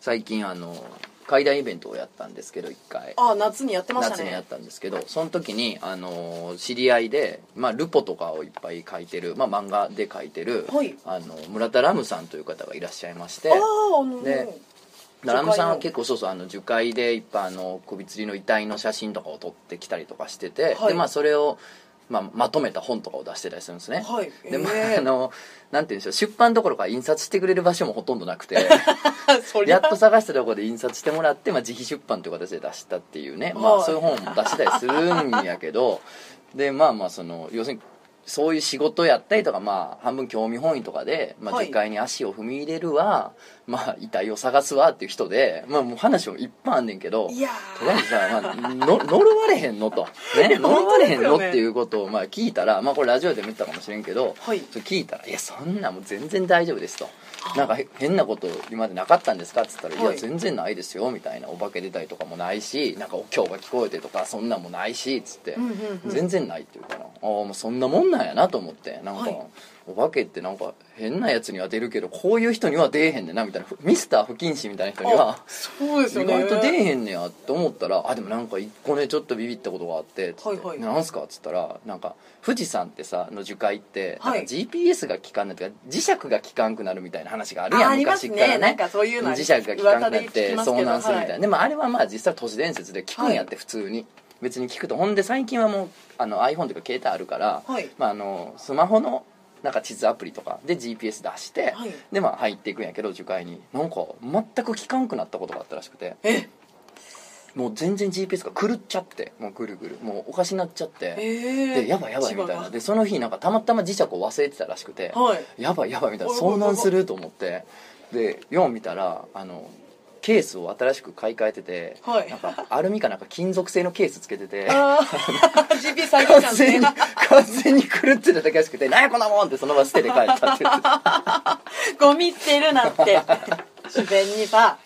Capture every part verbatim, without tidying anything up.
最近あの怪談イベントをやったんですけどいっかい。 あ、夏にやってましたね。 夏にやったんですけど、その時にあの知り合いで、まあ、ルポとかをいっぱい書いてる、まあ、漫画で書いてる、 はい、 あの村田ラムさんという方がいらっしゃいまして、 ああでラムさんは結構そうそうあの樹海でいっぱいあの首吊りの遺体の写真とかを撮ってきたりとかしてて、はい、でまあそれをまあ、まとめた本とかを出してたりするんですね、 はい、 でまああのなんていうんでしょう、出版どころか印刷してくれる場所もほとんどなくてやっと探したところで印刷してもらって、まあ、自費出版という形で出したっていうね、まあ、そういう本も出したりするんやけどでまあまあその要するにそういう仕事やったりとか、まあ、半分興味本位とかで、まあ、樹海に足を踏み入れるわ、まあ、遺体を探すわっていう人で、まあ、もう話もいっぱいあんねんけど、 いやとりあえずさ、まあ、の呪われへんのと、ね、呪われへんのっていうことをまあ聞いたら、まあ、これラジオでも言ったかもしれんけど、はい、それ聞いたら「いやそんなもう全然大丈夫です」と。なんか変なこと今までなかったんですかっつったら「いや全然ないですよ」みたいな、お化け出たりとかもないし、なんかお経が聞こえてとかそんなんもないしっつって、全然ないって言うから、ああもうそんなもんなんやなと思って、なんかお化けってなんか変なやつには出るけどこういう人には出えへんねんなみたいな、ミスター不謹慎みたいな人にはそうですよね、 意外と出えへんねやって思ったら、あでもなんか一個ねちょっとビビったことがあってつって、はいはい、なんすかっつったら、なんか富士山ってさの樹海って、はい、なんか ジーピーエス が効かんないというか磁石が効かんくなるみたいな話があるやん、昔からね。 あ、なんかそういうの磁石が効かんくなって遭難するみたいな、はい、でもあれはまあ実際都市伝説で効くんやって、はい、普通に別に聞くと。ほんで最近はもうあの iPhone とか携帯あるから、はい、まあ、あのスマホのなんか地図アプリとかで ジーピーエス 出して、はい、でまあ入っていくんやけど樹海になんか全く効かんくなったことがあったらしくて、 えもう全然 ジーピーエス が狂っちゃって、もうぐるぐるもうおかしになっちゃって、 えー、 でやばいやばいみたいなで、その日なんかたまたま磁石を忘れてたらしくて、はい、やばいやばいみたいな、遭難すると思って、でよう見たらあのケースを新しく買い替えてて、はい、なんかアルミかなんか金属製のケースつけててジーピーエス 再現したんですね。 完全に狂ってただけらしくて、なんやこんなもんってその場捨てて帰ったって言ってゴミ捨てるなって自然にさ。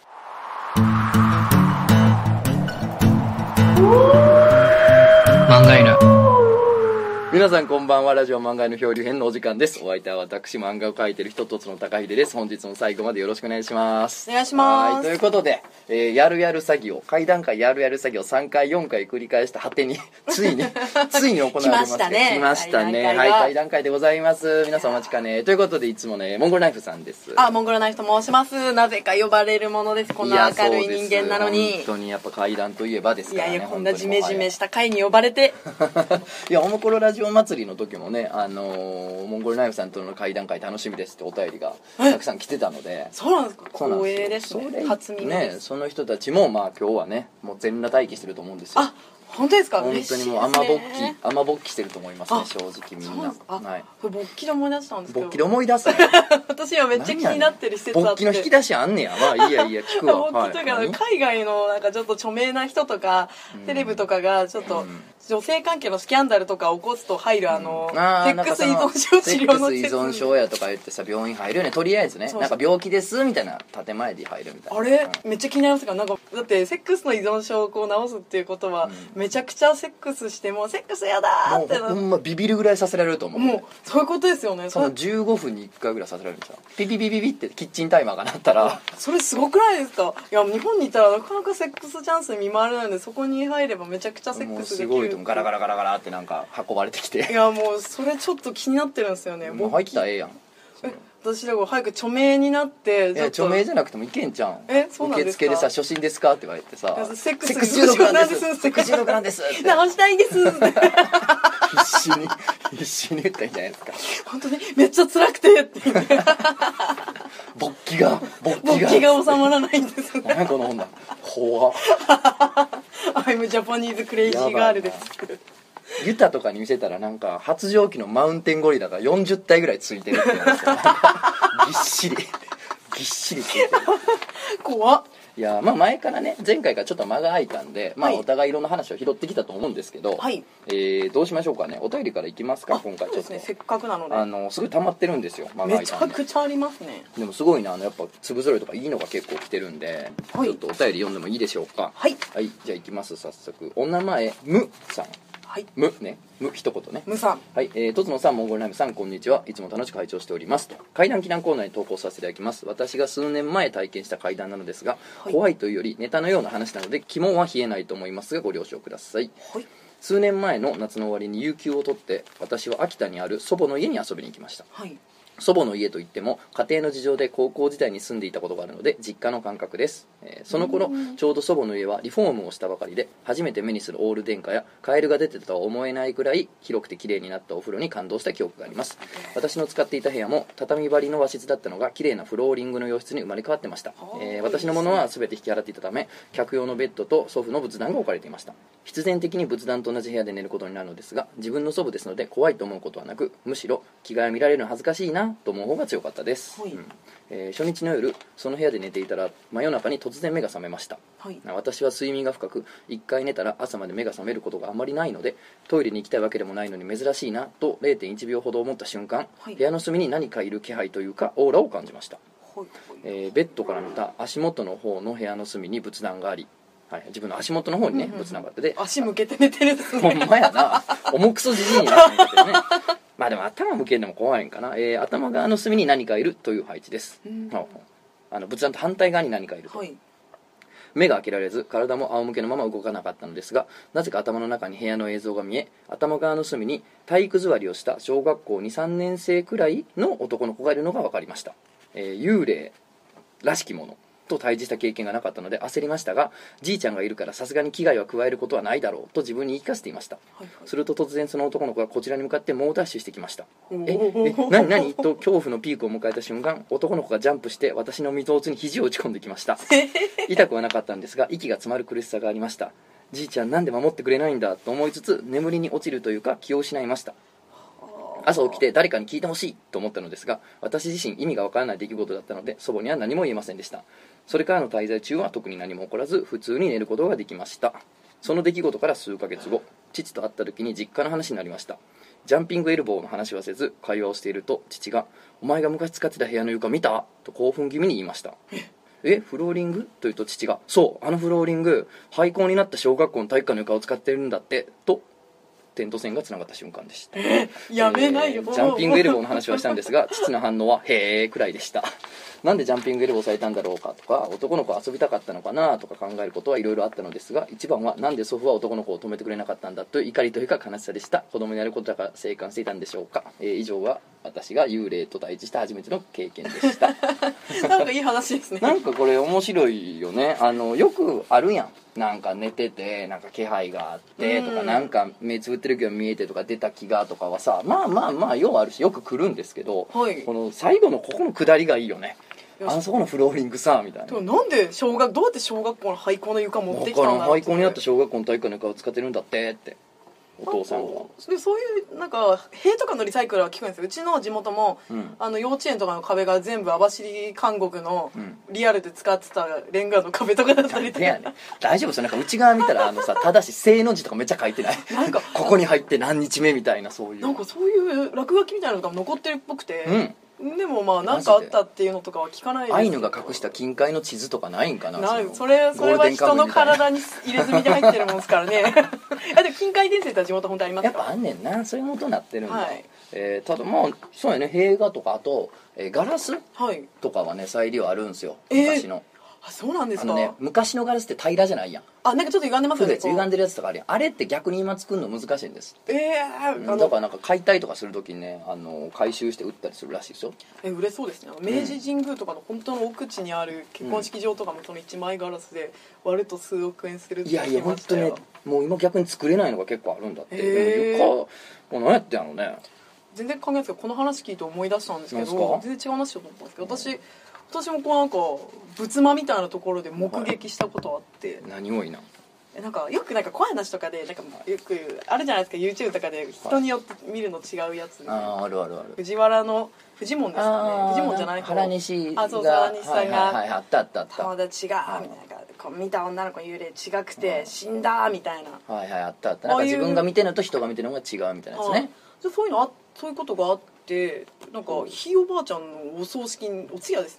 漫画犬、皆さんこんばんは。ラジオ漫画の漂流編のお時間です。お相手は私、漫画を描いてる人とつの高秀です。本日も最後までよろしくお願いします。 お願いします。 はい、ということで、えー、やるやる詐欺を怪談会やるやる詐欺をさんかいよんかい繰り返した果てについについに行われまして来ましたね。 来ましたね。はい、怪談会でございます。皆さんお待ちかね。ということでいつもねモンゴルナイフさんです。 あ、モンゴルナイフと申します。なぜか呼ばれるものです。こんな明るい人間なのに。 本当にやっぱ怪談といえばですからね。 いやいや、こんなジメジメした会に呼ばれていやおもころラジオ祭りの時もね、あのー、モンゴルナイフさんとの怪談会楽しみですってお便りがたくさん来てたので。 そうなんですか。光栄ですね。初耳です。 ね、その人たちもまあ今日はねもう全裸待機してると思うんですよ。 あ、本当ですか。 本当にもう雨ぼっき雨ぼっきしてると思いますね、正直みんな。 はい。これぼっきで思い出したんですけど。 ぼっきで思い出す。 私はめっちゃ気になってる施設あって。 ぼっきの引き出しあんねや。まあいいやいいや聞くわ。 ぼっきとか海外のなんかちょっと著名な人とかテレビとかがちょっと女性関係のスキャンダルとか起こすと入るあのセックス依存症治療のセックス依存症やとか言ってさ病院入るよね、とりあえずね。なんか病気ですみたいな建前で入るみたいな。 あれめっちゃ気になりますから、なんかだってセックスの依存症をこう治すっていうことはめちゃくちゃセックスしてもセックスやだーってな、 ほんまビビるぐらいさせられると思う。 もうそういうことですよね。 そのじゅうごふんにいっかいぐらいさせられるんですよ。ピピピピピってキッチンタイマーが鳴ったらそれすごくないですか。いや日本にいたらなかなかセックスチャンスに見舞われないので、そこに入ればめちゃくちゃセックスできる。もうすごいとガラガラガラガラってなんか運ばれてきて、いやもうそれちょっと気になってるんですよね。 もう入ったらええやん。 え私だから早く著名になって。 いや著名じゃなくてもいけんじゃん。 えそうなんですか。 受付でさ初心ですかって言われてさ、 セックス中毒なんですセックス中毒なんですって直したいんです必死に必死に言ったんじゃないですか。 本当にめっちゃ辛くてって言って勃起が勃起が勃起が収まらないんですね。 何この女怖っ I'm Japanese crazy girl です。 ユタとかに見せたらなんか発情期のマウンテンゴリラがよんじゅったいぐらいついてるって言うんですよ。ぎっしりぎっしりついてる。 怖っ。 いやまあ前からね前回からちょっと間が空いたんで、まあお互いいろんな話を拾ってきたと思うんですけど、はい、えー、どうしましょうかね。お便りからいきますか今回。ちょっとそうですね、せっかくなので。 あのすごい溜まってるんですよ、間が空いたんで。 めちゃくちゃありますね。 でもすごいな、あのやっぱ粒揃いとかいいのが結構来てるんで、はい、ちょっとお便り読んでもいいでしょうか。はい、はい、じゃあいきます。早速お名前むさん。 はい、 むねむ一言ねむさん、 はい、えー、とつのさんモンゴルナイムさんこんにちは。いつも楽しく拝聴しておりますと。怪談祈談コーナーに投稿させていただきます。私が数年前体験した怪談なのですが、はい、怖いというよりネタのような話なので肝は冷えないと思いますがご了承ください。 はい、 数年前の夏の終わりに有給を取って私は秋田にある祖母の家に遊びに行きました。 はい、 祖母の家といっても家庭の事情で高校時代に住んでいたことがあるので実家の感覚です、えー、その頃ちょうど祖母の家はリフォームをしたばかりで初めて目にするオール電化やカエルが出てたとは思えないくらい広くて綺麗になったお風呂に感動した記憶があります。私の使っていた部屋も畳張りの和室だったのが綺麗なフローリングの洋室に生まれ変わってました、えー、私のものは全て引き払っていたため客用のベッドと祖父の仏壇が置かれていました。必然的に仏壇と同じ部屋で寝ることになるのですが自分の祖母ですので怖いと思うことはなくむしろ着替え見られるの恥ずかしいなと思う方が強かったです、 はいうんえー、初日の夜その部屋で寝ていたら真夜中に突然目が覚めました、 はい、 私は睡眠が深くいっかい寝たら朝まで目が覚めることがあまりないのでトイレに行きたいわけでもないのに珍しいなと れいてんいちびょうほど思った瞬間、はい、部屋の隅に何かいる気配というかオーラを感じました、 はいえー、ベッドから見た足元の方の部屋の隅に仏壇があり、はい、自分の足元の方にね、うんうん、仏壇があってで足向けて寝てるんですね。 ほんまやな重くそじじいになってんだけどねまあでも頭向けるのも怖いんかな、えー、頭側の隅に何かいるという配置です、うん、あの仏壇と反対側に何かいると、はい、目が開けられず体も仰向けのまま動かなかったのですがなぜか頭の中に部屋の映像が見え頭側の隅に体育座りをした小学校 にさんねん生くらいの男の子がいるのが分かりました、えー、幽霊らしきものと対峙した経験がなかったので焦りましたがじいちゃんがいるからさすがに危害は加えることはないだろうと自分に言い聞かせていました、はいはい、すると突然その男の子がこちらに向かって猛ダッシュしてきました。ええ何何と恐怖のピークを迎えた瞬間男の子がジャンプして私の溝に肘を打ち込んできました痛くはなかったんですが息が詰まる苦しさがありました。じいちゃんなんで守ってくれないんだと思いつつ眠りに落ちるというか気を失いました。朝起きて誰かに聞いてほしいと思ったのですが私自身意味がわからない出来事だったので祖母には何も言えませんでした。それからの滞在中は特に何も起こらず普通に寝ることができました。その出来事から数ヶ月後父と会った時に実家の話になりました。ジャンピングエルボーの話はせず会話をしていると父がお前が昔使ってた部屋の床見たと興奮気味に言いました。えフローリングと言うと父がそうあのフローリング廃校になった小学校の体育館の床を使ってるんだってと点と線がつながった瞬間でした。 やめないよ、 えー、ジャンピングエルボーの話はしたんですが父の反応はへーくらいでした。なんでジャンピングエルボーされたんだろうかとか男の子遊びたかったのかなとか考えることはいろいろあったのですが一番はなんで祖父は男の子を止めてくれなかったんだという怒りというか悲しさでした。子供にやることだから静観していたんでしょうか、えー、以上は私が幽霊と対峙した初めての経験でしたなんかいい話ですね。 なんかこれ面白いよね。あのよくあるやん、なんか寝ててなんか気配があってとか、うん、なんか目つぶってるけど見えてとか出た気がとかはさまあまあまあようあるしよく来るんですけど、はい、この最後のここの下りがいいよね。あそこのフローリングさみたいな。 なんで小学どうやって小学校の廃校の床持ってきたんだろう。だから廃校になった小学校の体育館の床を使ってるんだってってお父さんが。 でそういうなんか塀とかのリサイクルは聞くんですよ。うちの地元も、うん、あの幼稚園とかの壁が全部網走監獄のリアルで使ってたレンガの壁とかだったりとか、うんね、 大丈夫ですよ。なんか内側見たらあのさただし正の字とかめっちゃ書いてないなんかここに入って何日目みたいなそういうなんかそういう落書きみたいなのが残ってるっぽくて、うんでもまあ何かあったっていうのとかは聞かないです。 アイヌが隠した近海の地図とかないんかな。 なそれそれは人の体に入れ墨で入ってるもんですからねあでも近海伝説は地元本当ありますか。 やっぱあんねんなそういうことになってるんだ、はいえー、ただまあそうやね塀画とかあと、えー、ガラスとかはね再利用あるんですよ昔の、えーあそうなんですか。 あのね昔のガラスって平らじゃないやん。 あなんかちょっと歪んでますよね。 歪んでるやつとかあるやん。あれって逆に今作るの難しいんです。 ええー、 だからなんか解体とかするときにねあの回収して売ったりするらしいですよ。 え売れそうですね。明治神宮とかの本当の奥地にある結婚式場とかもそのいちまいガラスで割ると数億円するって聞きましたよ。いやいや本当ねもう今逆に作れないのが結構あるんだって。えー、もう何やってんのね。 全然考えないですけどこの話聞いて思い出したんですけど全然違う話しようと思ったんですけど私、うん私もこうなんか仏間みたいなところで目撃したことあって、 はい、何多いななんかよくなんか怖い話とかでなんかよくあるじゃないですか YouTube とかで人によって見るの違うやつ、ねはい、ああるあるある藤原のフジモンですかねフジモンじゃない方原西があそうそう原西さんが、はいはいはい、あったあったあった友達がみたいなこう見た女の子幽霊違くて死んだみたいなはいはいあったあったなんか自分が見てるのと人が見てるのが違うみたいなやつねそういうのあそういうことがあってなんかひいおばあちゃんのお葬式お通夜ですね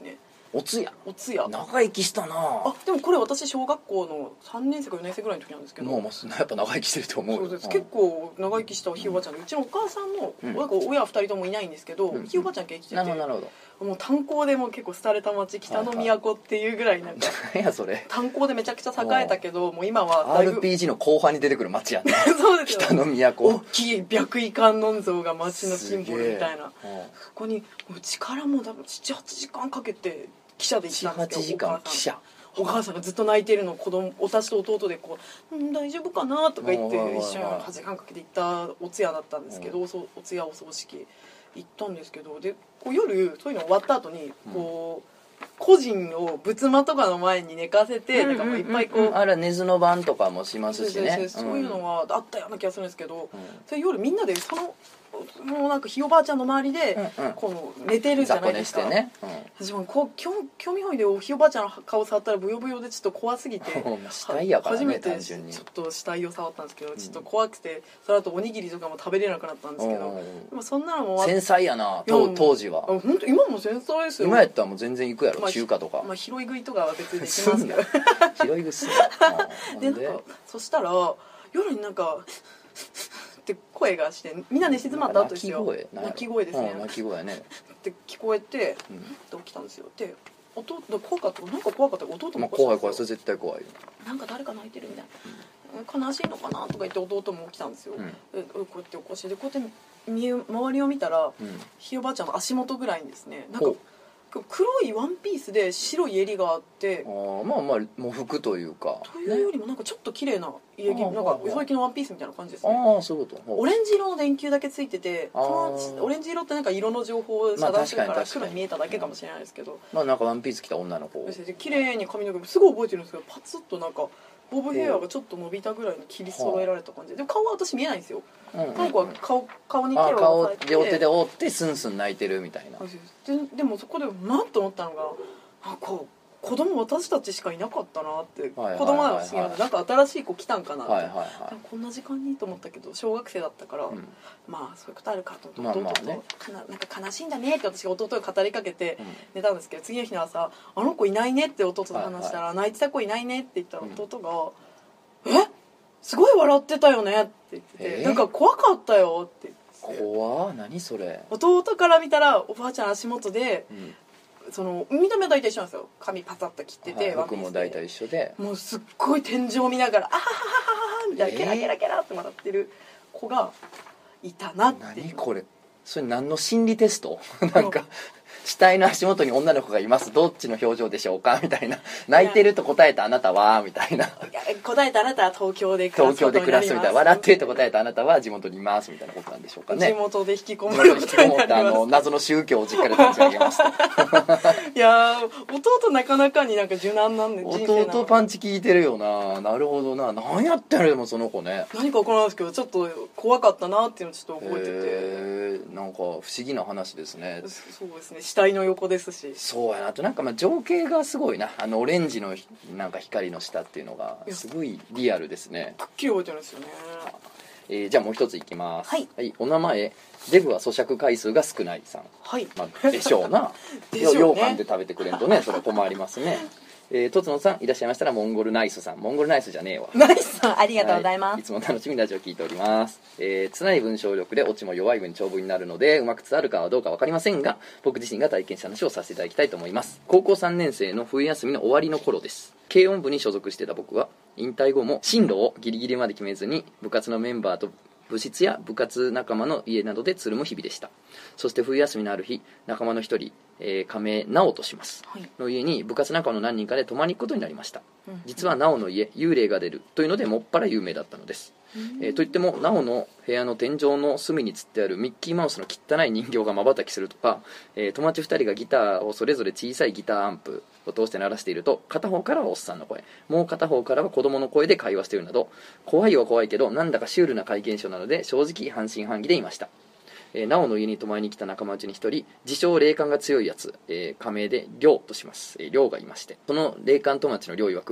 おつやおつや長生きしたなあ。でもこれ私小学校のさんねん生かよねん生ぐらいの時なんですけど、 もうやっぱ長生きしてると思う。 そうです、うん、結構長生きしたひいおばあちゃんで、うちのお母さんの、うん、なんか親ふたりともいないんですけど、うん、ひいおばあちゃんが生きてて、 なるほどなるほど。 もう炭鉱でも結構廃れた町北の都っていうぐらいなんか、 はいはい、いやそれ炭鉱でめちゃくちゃ栄えたけど、もう今はだいぶアールピージー の後半に出てくる町やねそうですよ、 北の都、 大きい白衣観音像が町のシンボルみたいな、そこにうちからもう多分ななはちじかんかけて汽車で行ったんですけど、 ななはちじかん汽車、 お母さんがずっと泣いてるのを子供私と弟でこう、ん大丈夫かなとか言って一緒にはちじかんかけて行ったお通夜だったんですけど、お通夜お葬式行ったんですけど、でこう夜そういうの終わった後にこう、うん、個人を仏間とかの前に寝かせて、なんかもういっぱいこう、うんうんうん、 あら寝ずの番とかもしますしね、 そういうのはあったような気がするんですけど、うん、それ夜みんなでそのもうなんかひいおばあちゃんの周りでこの寝てるじゃないですか、ね、うん、私もこう興味本位でひいおばあちゃんの顔触ったらブヨブヨでちょっと怖すぎて死体やからね、 初めてちょっと死体を触ったんですけど、ちょっと怖くてその後おにぎりとかも食べれなくなったんですけど、でもそんなのも繊細やな当時は。 本当今も繊細ですよ。 今やったらもう全然行くやろ、まあ、中華とか、 まあ、拾い食いとかは別にできますけど拾い食いすんでなんかそしたら夜になんかって声がしてみんな寝静まった後ですよ。泣き声ですね。 泣き声ね。 って聞こえて、うん、って起きたんですよ。で弟怖かったなんか怖かった弟も起こしたんですよ。 まあ、怖い怖いそれ絶対怖いよ。 なんか誰か泣いてるみたいな、うん、悲しいのかなとか言って弟も起きたんですよ。うん、でこうやって起こしてでこうやって周りを見たら、うん、ひいおばあちゃんの足元ぐらいにですねなんか黒いワンピースで白い襟があって、 あまあまあ喪服というかというよりもなんかちょっと綺麗な家着、なんかよそ行きのワンピースみたいな感じですね。 ああそういうこと。 オレンジ色の電球だけついてて、このオレンジ色ってなんか色の情報を遮断するから黒に見えただけかもしれないですけど、 まあなんかワンピース着た女の子綺麗に髪の毛すごい覚えてるんですけど、パツッとなんかボブヘアがちょっと伸びたぐらいに切り揃えられた感じで、でも顔は私見えないんですよ。この子は顔顔に手を顔両手で覆ってスンスン泣いてるみたいな。 で, でもそこでなと思ったのが、あこう子供私たちしかいなかったなって、子供なの不思議なんで、なんか新しい子来たんかなって、はいはいはい、こんな時間にと思ったけど小学生だったから、うん、まあそういうことあるかと思って、まあまあね、弟となんか悲しいんだねって私が弟が語りかけて寝たんですけど、次の日の朝あの子いないねって弟と話したら、はいはい、泣いてた子いないねって言ったら弟が、うん、えすごい笑ってたよねって言ってて、えー、なんか怖かったよって言って、 怖何それ。 弟から見たらおばあちゃん足元で、うんその見た目は大体一緒なんですよ。髪パサッと切ってて、 はい、僕も大体一緒で、 もうすっごい天井を見ながらあははははみたいな、ケラケラケラって笑ってる子がいたなっていう。 何これ、それ何の心理テストなんか死体の足元に女の子がいます、どっちの表情でしょうかみたいな、泣いてると答えたあなたはみたいな、いや答えたあなたは東京で暮らすことになります、東京で暮らすみたいな、笑ってると答えたあなたは地元にいますみたいなことなんでしょうかね。 地元で引きこもることになります。 あの謎の宗教を実家で立ち上げますいや弟なかなかになんか柔軟なんで、人生弟パンチ効いてるよな。なるほどな。何やってるでもその子ね、 何か分からないですけどちょっと怖かったなっていうのをちょっと覚えてて、 えー、なんか不思議な話ですね。 そうですね、死体の横ですし、 そうやな。あとなんかまあ情景がすごいな、あのオレンジのなんか光の下っていうのがすごいリアルですね。 くっきり覚えてるんですよね。 えー、じゃあもう一ついきます。 はい、 はい、お名前デブは咀嚼回数が少ないさん。 はい、 まあ、でしょうなでしょうね。 ようかんで食べてくれんとねそれは困りますね。えー、とつのさんいらっしゃいましたらモンゴルナイスさん、モンゴルナイスじゃねえわ、 ナイスさんありがとうございます、はい、 いつも楽しみにラジオ聞いております。えー、常に文章力でオチも弱い分長文になるのでうまく伝わるかはどうか分かりませんが、僕自身が体験した話をさせていただきたいと思います。高校さんねん生の冬休みの終わりの頃です。軽音部に所属していた僕は引退後も進路をギリギリまで決めずに部活のメンバーと部室や部活仲間の家などでつるむ日々でした。そして冬休みのある日、仲間の一人、えー、亀直とします、はい、の家に部活仲間の何人かで泊まりに行くことになりました、うん、実は直の家幽霊が出るというのでもっぱら有名だったのです、えー、といっても直の部屋の天井の隅につってあるミッキーマウスの汚い人形が瞬きするとか、えー、友達ふたりがギターをそれぞれ小さいギターアンプを通して鳴らしていると片方からはおっさんの声、もう片方からは子供の声で会話しているなど、怖いは怖いけどなんだかシュールな怪現象なので正直半信半疑でいました。えー、直の家に泊まりに来た仲間内に一人自称霊感が強いやつ、えー、仮名で亮とします、えー、亮がいまして、その霊感友達の亮曰く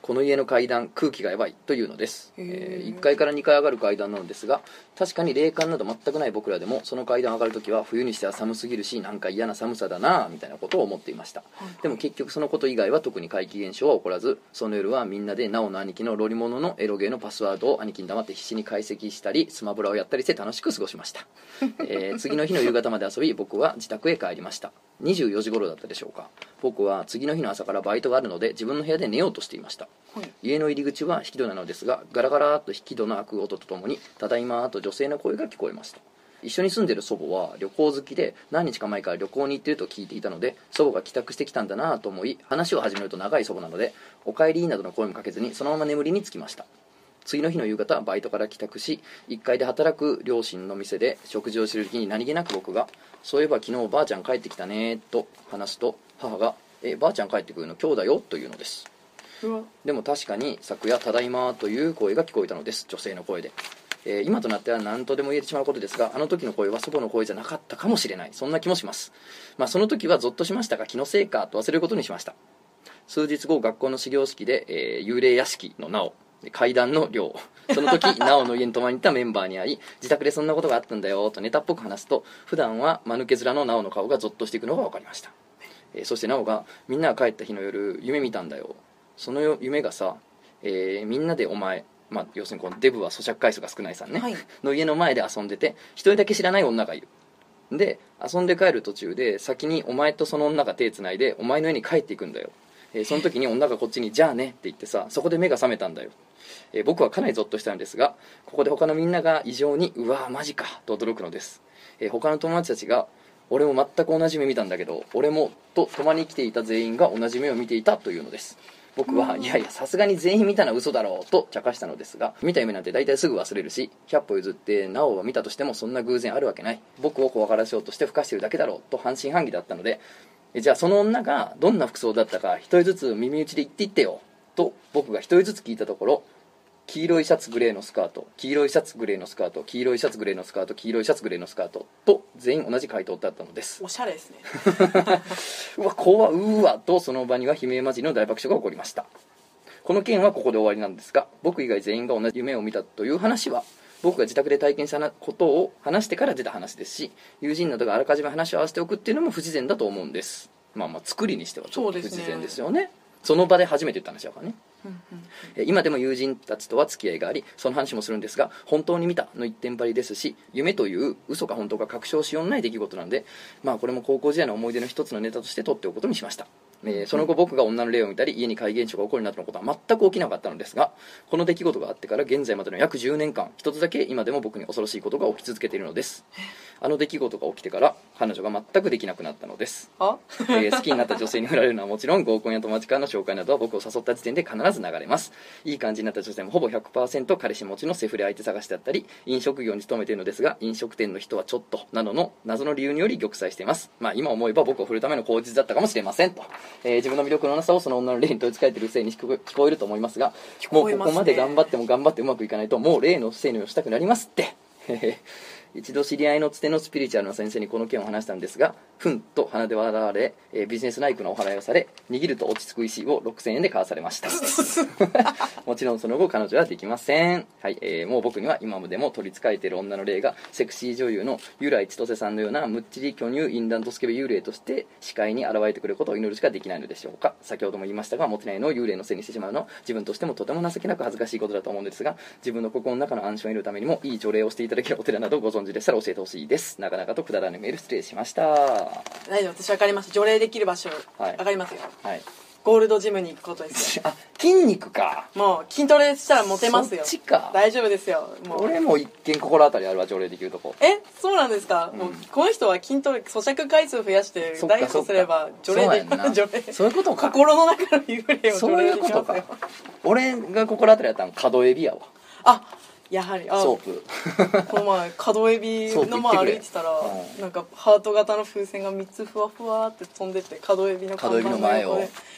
この家の階段空気がやばいというのです、えー、いっかいからにかい上がる階段なのですが、確かに霊感など全くない僕らでもその階段上がるときは冬にしては寒すぎるし、なんか嫌な寒さだなみたいなことを思っていました、はい、でも結局そのこと以外は特に怪奇現象は起こらず、その夜はみんなでなおの兄貴のロリモノのエロゲーのパスワードを兄貴に黙って必死に解析したりスマブラをやったりして楽しく過ごしました、えー、次の日の夕方まで遊び、僕は自宅へ帰りました。にじゅうよじ頃だったでしょうか。僕は次の日の朝からバイトがあるので自分の部屋で寝ようとしていました、はい、家の入り口は引き戸なのですが、ガラガラーと引き戸の開く音とともにただいまーと女性の声が聞こえました。一緒に住んでる祖母は旅行好きで何日か前から旅行に行っていると聞いていたので、祖母が帰宅してきたんだなと思い、話を始めると長い祖母なのでお帰りなどの声もかけずにそのまま眠りにつきました。次の日の夕方、バイトから帰宅し、いっかいで働く両親の店で食事をしている時に何気なく僕が、そういえば昨日ばあちゃん帰ってきたねと話すと、母が、えばあちゃん帰ってくるの今日だよというのです。でも確かに昨夜ただいまという声が聞こえたのです。女性の声で、えー、今となっては何とでも言えてしまうことですが、あの時の声は祖母の声じゃなかったかもしれない、そんな気もします。まあその時はゾッとしましたが気のせいかと忘れることにしました。数日後、学校の始業式で、えー、幽霊屋敷のなお、階段の寮、その時なおの家に泊まりに行ったメンバーに会い、自宅でそんなことがあったんだよとネタっぽく話すと、普段は間抜け面のなおの顔がゾッとしていくのが分かりました、えー、そしてなおが、みんなが帰った日の夜夢見たんだよ、その夢がさ、えー、みんなでお前、まあ、要するにこのデブは咀嚼回数が少ないさんね、はい、の家の前で遊んでて、一人だけ知らない女がいる。で遊んで帰る途中で先にお前とその女が手つないでお前の家に帰っていくんだよ、えー、その時に女がこっちにじゃあねって言ってさ、そこで目が覚めたんだよ。えー、僕はかなりゾッとしたのですが、ここで他のみんなが異常にうわーマジかと驚くのです、えー、他の友達たちが俺も全く同じ目見たんだけど俺もと共に来ていた全員が同じ目を見ていたというのです。僕はいやいやさすがに全員見たのは嘘だろうと茶化したのですが、見た夢なんて大体すぐ忘れるし、ひゃっぽ譲ってなおは見たとしてもそんな偶然あるわけない、僕を怖がらせようとしてふかしてるだけだろうと半信半疑だったので、えじゃあその女がどんな服装だったか一人ずつ耳打ちで言っていってよと僕が一人ずつ聞いたところ、黄色いシャツグレーのスカート、黄色いシャツグレーのスカート、黄色いシャツグレーのスカート、黄色いシャツグレーのスカートと全員同じ回答だったのです。 おしゃれですねうわ怖うわとその場には悲鳴交じりの大爆笑が起こりました。この件はここで終わりなんですが、僕以外全員が同じ夢を見たという話は僕が自宅で体験したことを話してから出た話ですし、友人などがあらかじめ話を合わせておくっていうのも不自然だと思うんです。まあまあ作りにしてはちょっと不自然ですよね。その場で初めて言った話だからね、うんうん、今でも友人たちとは付き合いがありその話もするんですが、本当に見たの一点張りですし、夢という嘘か本当か確証しようのない出来事なんで、まあこれも高校時代の思い出の一つのネタとして取っておくことにしました。えー、その後僕が女の霊を見たり家に怪現象が起こるなどのことは全く起きなかったのですが、この出来事があってから現在までの約じゅうねんかん一つだけ今でも僕に恐ろしいことが起き続けているのです。あの出来事が起きてから彼女が全くできなくなったのです。あ、えー、好きになった女性に振られるのはもちろん合コンや友達からの紹介などは僕を誘った時点で必ず流れます。いい感じになった女性もほぼ ひゃくパーセント 彼氏持ちのセフレ相手探しだったり飲食業に勤めているのですが、飲食店の人はちょっとなどの謎の理由により玉砕しています。まあ今思えば僕を振るための口実だったかもしれませんと、えー、自分の魅力のなさをその女の霊に取りつかれているせいに聞こえると思いますが、もうここまで頑張っても頑張ってうまくいかないともう霊のせいにをしたくなりますって一度知り合いのつてのスピリチュアルの先生にこの件を話したんですが、ふんと鼻で笑われ、えー、ビジネスライクなお払いをされ、握ると落ち着く石をろくせんえんで買わされましたもちろんその後彼女はできません。はい、えー、もう僕には今でも取りつかれている女の霊がセクシー女優の由来千歳さんのようなむっちり巨乳インランドスケベ幽霊として視界に現れてくることを祈るしかできないのでしょうか。先ほども言いましたが、モテないのを幽霊のせいにしてしまうのは自分としてもとても情けなく恥ずかしいことだと思うのですが、自分の心の中の安心を得るためにもいい除霊をしていただけるお寺などご存知でしたら教えてほしいです。なかなかとくだらないメール失礼しました。 大丈夫、私分かりました。除霊できる場所、はい、分かりますよ、はい、ゴールドジムに行くことですよ。 あ、筋肉か。 もう筋トレしたらモテますよ。 そっちか。 大丈夫ですよ。 もう俺も一見心当たりあるわ、除霊できるとこ。 え、そうなんですか、うん、もうこの人は筋トレ咀嚼回数増やしてダイエットすれば除霊できる。除霊、そういうことか。心の中の幽霊を除霊できますよ。そういうことか。 俺が心当たりやったの角エビやわ。 あ、やはりあソープこの前角エビの前歩いてたら、うん、なんかハート型の風船がみっつふわふわって飛んでて、角エビの看板の横で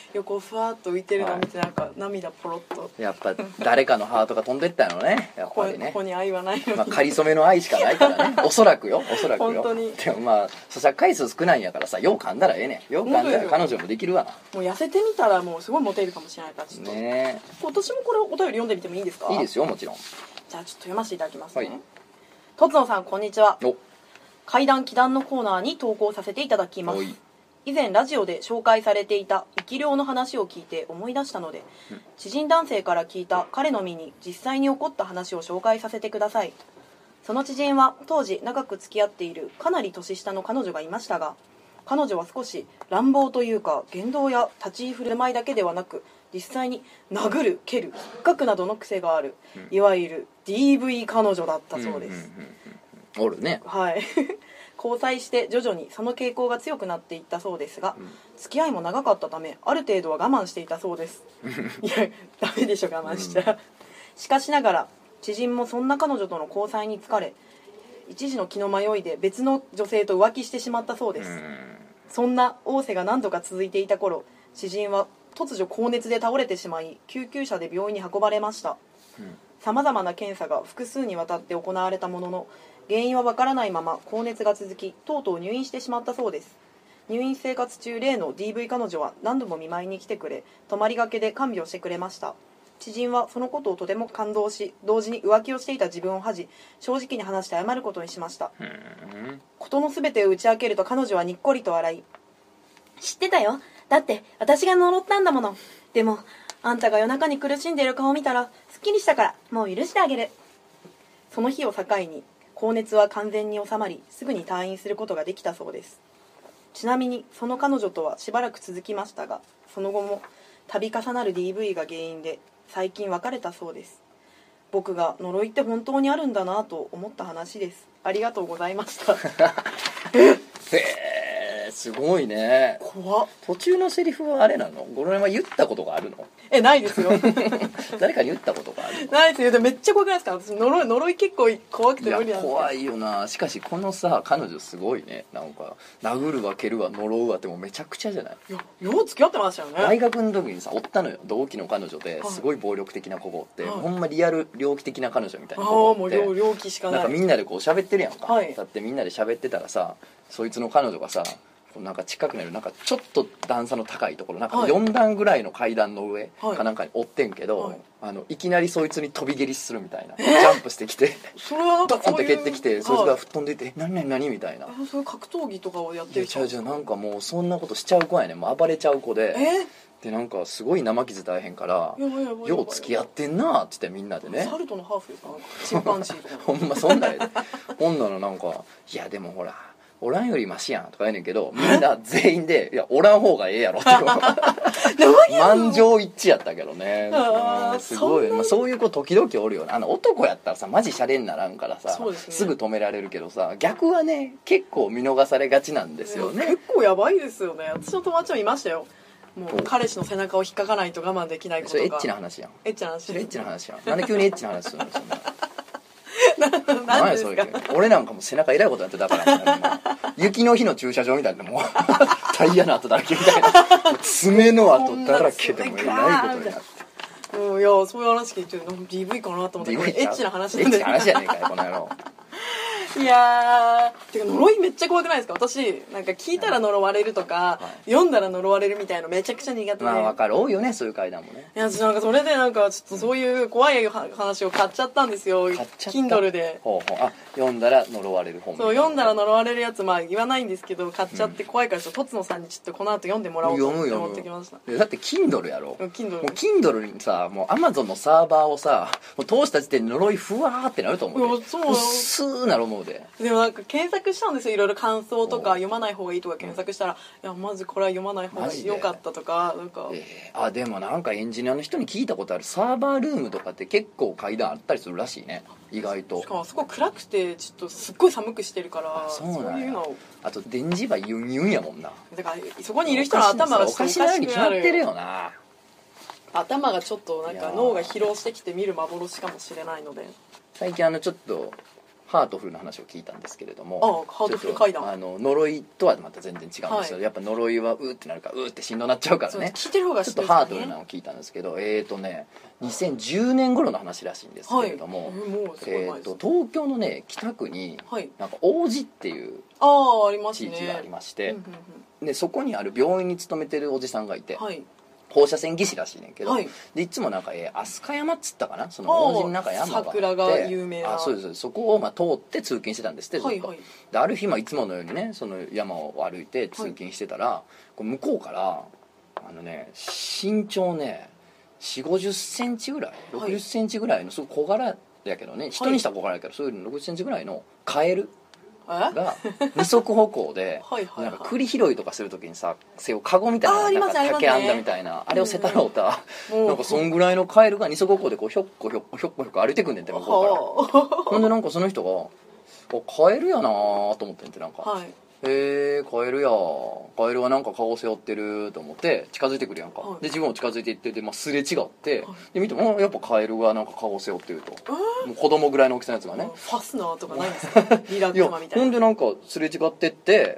横ふわっと浮いてるのを見て、なんか涙ポロッと、 やっぱ誰かのハートが飛んでったのね、やっぱりね。 こここに愛はないのに、 まあ、仮初めの愛しかないからねおそらくよ、おそらくよ。 本当に。 でもまあ咀嚼回数少ないんやからさ、よう噛んだらええねん。よう噛んだら彼女もできるわな。 もう痩せてみたらもうすごいモテるかもしれないから、ちょっとね。 私もこれお便り読んでみてもいいですか？ いいですよ、もちろん。 じゃあちょっと読ませていただきますね。 はい、 とつのさん、こんにちは。 お怪談奇談のコーナーに投稿させていただきます。以前ラジオで紹介されていた生き量の話を聞いて思い出したので、うん、知人男性から聞いた彼の身に実際に起こった話を紹介させてください。その知人は当時長く付き合っているかなり年下の彼女がいましたが、彼女は少し乱暴というか、言動や立ち居振る舞いだけではなく、実際に殴る、蹴る、引っかくなどの癖がある、うん、いわゆる ディーブイ 彼女だったそうです。 おるね。 はい交際して徐々にその傾向が強くなっていったそうですが、うん、付き合いも長かったためある程度は我慢していたそうですいやダメでしょ我慢しちゃ、うん、しかしながら知人もそんな彼女との交際に疲れ、一時の気の迷いで別の女性と浮気してしまったそうです、うん、そんな仰せが何度か続いていた頃、知人は突如高熱で倒れてしまい救急車で病院に運ばれました。さまざまな検査が複数にわたって行われたものの原因はわからないまま高熱が続き、とうとう入院してしまったそうです。入院生活中、例の ディーブイ 彼女は何度も見舞いに来てくれ、泊まりがけで看病してくれました。知人はそのことをとても感動し、同時に浮気をしていた自分を恥じ、正直に話して謝ることにしました。事の全てを打ち明けると彼女はにっこりと笑い、知ってたよ、だって私が呪ったんだもの。でもあんたが夜中に苦しんでいる顔を見たらすっきりしたから、もう許してあげる。その日を境に高熱は完全に収まり、すぐに退院することができたそうです。ちなみにその彼女とはしばらく続きましたが、その後も度重なる ディーブイ が原因で最近別れたそうです。僕が呪いって本当にあるんだなと思った話です。ありがとうございましたええ、すごいね。 怖っ。 途中のセリフはあれなの？これは言ったことがあるの？ え、ないですよ誰かに言ったことがあるの？ ないですよ。でもめっちゃ怖くないですか？私呪い、呪い結構怖くて無理なんですよ。 怖いよな。しかしこのさ彼女すごいね。なんか殴るわ蹴るわ呪うわってもうめちゃくちゃじゃない？ いや、よう付き合ってましたよね。 大学の時にさおったのよ、同期の彼女ですごい暴力的な子って、はい、ほんまリアル猟奇的な彼女みたいな子って、 ああもう猟奇しかない。 なんかみんなでこう喋ってるやんか、 はい、 だってみんなで喋ってたらさ、そいつの彼女がさなんか近くなるなんかちょっと段差の高いところなんかよん段ぐらいの階段の上かなんかにおってんけど、はい、あのいきなりそいつに飛び蹴りするみたいな、えー、ジャンプしてきてそれはなんかドーンって蹴ってきて、そいつが吹っ飛んでて「何何何?」みたいな。 そういう格闘技とかをやってる人？いや違う違う、なんかもうそんなことしちゃう子やねん。もう暴れちゃう子で、 えー、 でなんかすごい生傷大変から「よう付き合ってんな」って言ってみんなでね、 サルトのハーフですか？チンパンジーとかほんまそんなんやでほんなのなんか「いやでもほらおらんよりマシやん」とか言うねんけど、みんな全員で「いやおらん方がええやろ」って満場一致やったけどね。すごい、まあ、そういう子時々おるよね。あの男やったらさマジシャレにならんからさ、ね、すぐ止められるけどさ、逆はね結構見逃されがちなんですよね。 結構やばいですよね。私の友達もいましたよ。もう彼氏の背中を引っかかないと我慢できないことが。 それエッチな話やん。 エッチな話。 それエッチな話やん。なんで急にエッチな話するの？そんな何ですか？ 俺なんかも背中えらいことやってたから雪の日の駐車場みたいな、もうタイヤの跡だらけみたいな爪の跡だらけでもえらいことになって、 うん、いやそういう話聞いて ディーブイ かなと思ったけどエッチな話なんでエッチな話やねんかよこの野郎いやー、てか呪いめっちゃ怖くないですか？私なんか聞いたら呪われるとか、はい、読んだら呪われるみたいのめちゃくちゃ苦手で。 まあ分かる、多いよねそういう階段もね。 いやなんかそれでなんかちょっとそういう怖い話を買っちゃったんですよ。買っちゃった Kindle で。 ほうほう、あ、読んだら呪われる本。 そう、読んだら呪われるやつ、まあ言わないんですけど買っちゃって怖いから、ちょっととつのさんにちょっとこの後読んでもらおうと思って持ってきました。 だって Kindle やろ。 うん、Kindle。 もう Kindle にさ、もう Amazon のサーバーをさもう通した時点で呪いふわーってなると思うで。そうスーなる思うで。 でもなんか検索したんですよ、いろいろ感想とか読まない方がいいとか検索したら、いやまずこれは読まない方が良かったとかなんか、 えー、あでもなんかエンジニアの人に聞いたことある、サーバールームとかって結構階段あったりするらしいね、意外と。 しかもあそこ暗くてちょっとすっごい寒くしてるから、 そうなんや。 そういうのをあと電磁波ユンユンやもんな。 だからそこにいる人の頭がおかしなように決まってるよな。 頭がちょっとなんか脳が疲労してきて見る幻かもしれないので。 最近あのちょっとハートフルな話を聞いたんですけれども、 あハートフル階段、 あの呪いとはまた全然違うんですよ、はい、やっぱ呪いはうーってなるからうーってしんどなっちゃうからね、 聞いてる方がちょっとハートフルなのを聞いたんですけど、えーとねにせんじゅうねん頃の話らしいんですけれども、はい、もうえーと東京のね北区に、はい、なんか王子っていう地域がありまして、でそこにある病院に勤めてるおじさんがいて、はい、放射線技師らしいねんけど、はい、でいつもなんか、えー、飛鳥山っつったかな、その王子の中山があって桜が有名な、 あそうです、そこをまあ通って通勤してたんですってずっと、はいはい、である日、まあ、いつものようにねその山を歩いて通勤してたら、はい、こう向こうからあのね身長ねよんじゅうごじゅっセンチぐらいろくじゅっセンチぐらいのすごい小柄やけどね、人にしたら小柄やけど、そういうのろくじゅっセンチぐらいのカエルが二足歩行ではいはい、はい、なんか栗拾いとかするときにさ背をカゴみたいな、なんか竹編んだみたいな あ,、ね、あれをせたろうた、うん、なんかそんぐらいのカエルが二足歩行でこうひょっこひょっこひょっこひょっこ歩いてくんねんて向こうからほんでなんかその人がカエルやなと思ってんて、なんか、はい、へえカエルやカエルはなんか顔背負ってると思って近づいてくるやんか、はい、で自分も近づいていってて、まあ、すれ違って、はい、で見てもやっぱカエルがなんか顔背負ってると、もう子供ぐらいの大きさのやつがね、 ファスナーとかないんですかリラックマみたいな。 ほんでなんかすれ違ってって、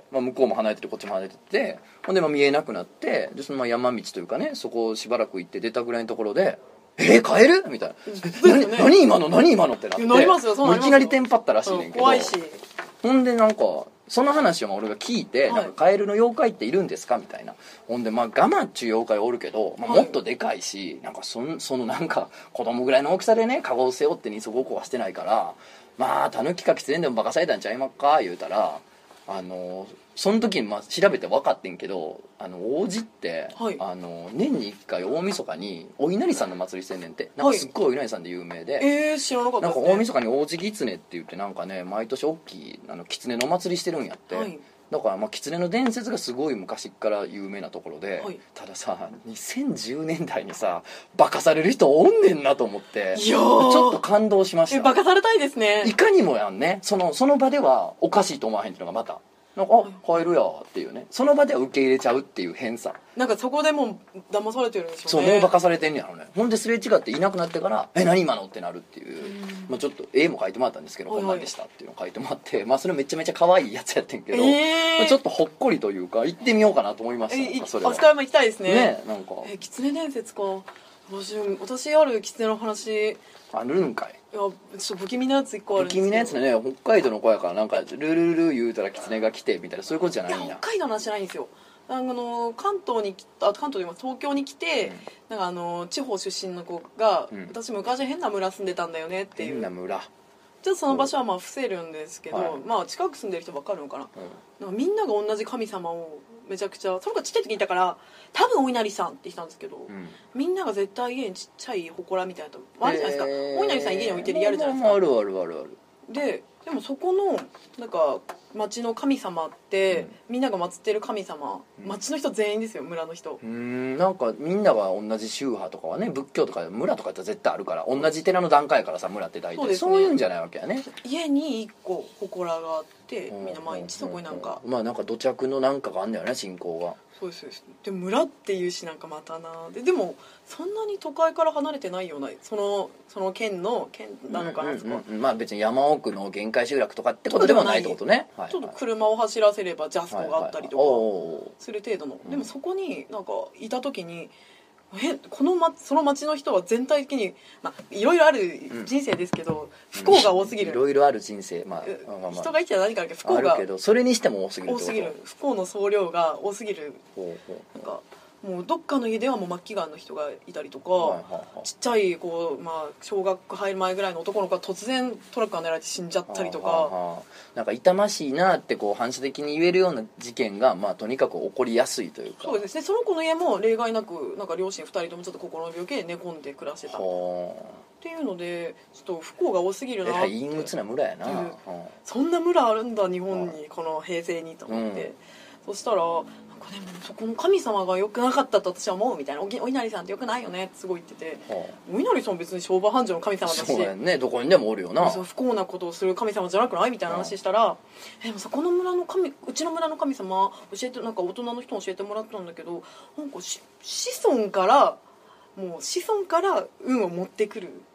まあ、向こうも離れててこっちも離れてってほんでまあ見えなくなって、でそのまま山道というかねそこをしばらく行って出たぐらいのところでえー、カエルみたいな、ね、何, 何今の何今のってなってなりますよ、そうなりますよ、 いきなりテンパったらしいねんけど、 怖いし、 ほんでなんかその話を俺が聞いて、はい、なんかカエルの妖怪っているんですかみたいな、ほんでまあガマっちゅう妖怪おるけど、まあ、もっとでかいし、はい、なんかそのそのなんか子供ぐらいの大きさでねカゴを背負って二足歩行はしてないから、まあタヌキかキツネでもバカされたんちゃいまっか言うたら、あのその時にまあ調べて分かってんけど、あの王子って、はい、あの年にいっかい大晦日にお稲荷さんの祭りしてんねんて、なんかすっごいお稲荷さんで有名で、 はい、えー、知らなかったですね。 なんか大晦日に王子狐って言ってなんかね毎年大きいあの狐の祭りしてるんやって、はい、だからまあ狐の伝説がすごい昔から有名なところで、はい、たださにせんじゅうねんだいにさバカされる人おんねんなと思って、いやちょっと感動しました。 えバカされたいですね。 いかにもやんね、そのその場ではおかしいと思わへんっていうのがまたなんかあカエルやっていうね、その場では受け入れちゃうっていう変さ、 なんかそこでもう騙されてるんでしょうね。 そうもうバカされてんねやろね。ほんですれ違っていなくなってからえ何今のってなるっていう、まあ、ちょっと絵も描いてもらったんですけど、はいはい、こんなんでしたっていうのを描いてもらって、まあそれめちゃめちゃ可愛いやつやってんけど、えーまあ、ちょっとほっこりというか行ってみようかなと思いました。えー、それは飛鳥山行きたいですね。ねなんかえ狐伝説か、私私ある狐の話あるんかい。 いやちょっと不気味なやつ一個あるんですけど、 不気味なやつね、北海道の子やからなんかルルルル言うたら狐が来てみたいなそういうことじゃないんだ。 いや北海道の話じゃないんですよ。あの関東に来た関東で今東京に来て、うん、なんかあの地方出身の子が、うん、私昔変な村住んでたんだよねっていう。 変な村。 ちょっとその場所はまあ伏せるんですけど、はい、まあ近く住んでる人分かるのかな、うん、なんかみんなが同じ神様をめちゃくちゃ、それがちっちゃい時にいたから多分お稲荷さんって言ったんですけど、うん、みんなが絶対家にちっちゃい祠みたいなのあるじゃないですか、えー、お稲荷さん家に置いてるやるじゃないですか。 あるあるあるある。 ででもそこのなんか町の神様って、うん、みんなが祀ってる神様、うん、町の人全員ですよ、村の人。 うーんなんかみんなが同じ宗派とかはね、仏教とか村とかって絶対あるから同じ寺の段階からさ村って大体そう、ね、そういうんじゃないわけやね。 家にいっこ祠があってみんな毎日そこになんか、 うん、まあなんか土着のなんかがあんだよね信仰が。 そうですそうです。で村っていうしなんかまたなででもそんなに都会から離れてないようなそのその県の県なのかな、うんうんうん、まあ別に山奥の限界集落とかってことではないってことね。 はいはい、ちょっと車を走らせればジャスコがあったりとかする程度の、はいはい、でもそこになんかいた時にえこの、ま、その町の人は全体的に、まあ、いろいろある人生ですけど、うん、不幸が多すぎる。 いろいろある人生、まあまあまあ、人が生きて何かあるけど不幸があるけどそれにしても多すぎる多すぎる不幸の総量が多すぎる。ほうほうなんかもうどっかの家ではもう末期がんの人がいたりとか、はいはいはい、ちっちゃいこう、まあ、小学入る前ぐらいの男の子が突然トラックが狙われて死んじゃったりとか、はあはあ、 なんか痛ましいなってこう反射的に言えるような事件が、まあ、とにかく起こりやすいというか。 そうですね。その子の家も例外なくなんか両親ふたりともちょっと心の病気で寝込んで暮らしてたっていうのでちょっと不幸が多すぎるなって。 陰鬱な村やな、うん、 そんな村あるんだ日本に、この平成にと思って、うん、そしたらでもそこの神様が良くなかったと私は思うみたいな。お稲荷さんって良くないよねってすごい言ってて、はあ、お稲荷さん別に商売繁盛の神様だし、 そうやね、どこにでもおるよな。 不幸なことをする神様じゃなくないみたいな話したら、はあ、えでもそこの村の神うちの村の神様教えてなんか大人の人に教えてもらったんだけどなんか子孫からもう子孫から運を持ってくる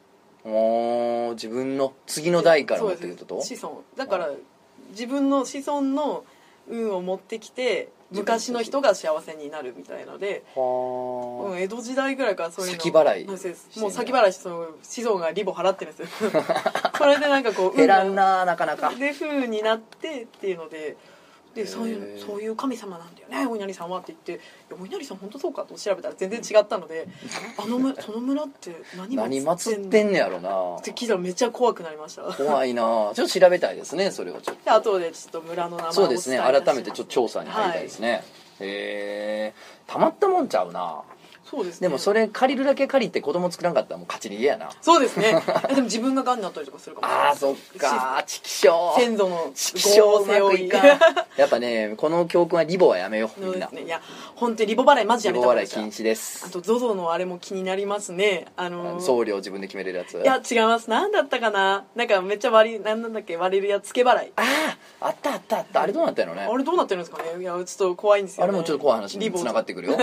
お自分の次の代から持ってくると。 子孫だから自分の子孫の運を持ってきて昔の人が幸せになるみたいので、は、うん、江戸時代ぐらいからそういうの先払いもう先払いして、その子孫がリボ払ってるんですよそれでなんかこう減らんななかなかで風になってっていうので、でそういうそういう神様なんだよねお稲荷さんはって言って、お稲荷さん本当そうかと調べたら全然違ったので、あのむその村って何祀ってんねやろなって聞いたらめっちゃ怖くなりました。 怖いな、ちょっと調べたいですね、それをちょっと。 で後でちょっと村の名前をそうですね、改めてちょっと調査に入りたいですね、はい、へえ、たまったもんちゃうな。 そうですね、 でもそれ借りるだけ借りて子供作らんかったらもう勝ち逃げやな。 そうですねでも自分ががんになったりとかするかもしれない。 あーそっか、チキショー、 先祖のチキショー、うまくいかんやっぱね、この教訓はリボはやめよう、みんな。 いや本当にリボ払いマジやめた方がいい。 リボ払い禁止です。 あと ゾゾ のあれも気になりますね、あのー、 送料自分で決めれるやつ。 いや違います、何だったかな、なんかめっちゃ割りなんだっけ割れるやつ、付け払い。 あああったあったあった、あれどうなったのね。 あれどうなってるんですかね。いやちょっと怖いんですよね。 あれもちょっと怖い話に繋がってくるよ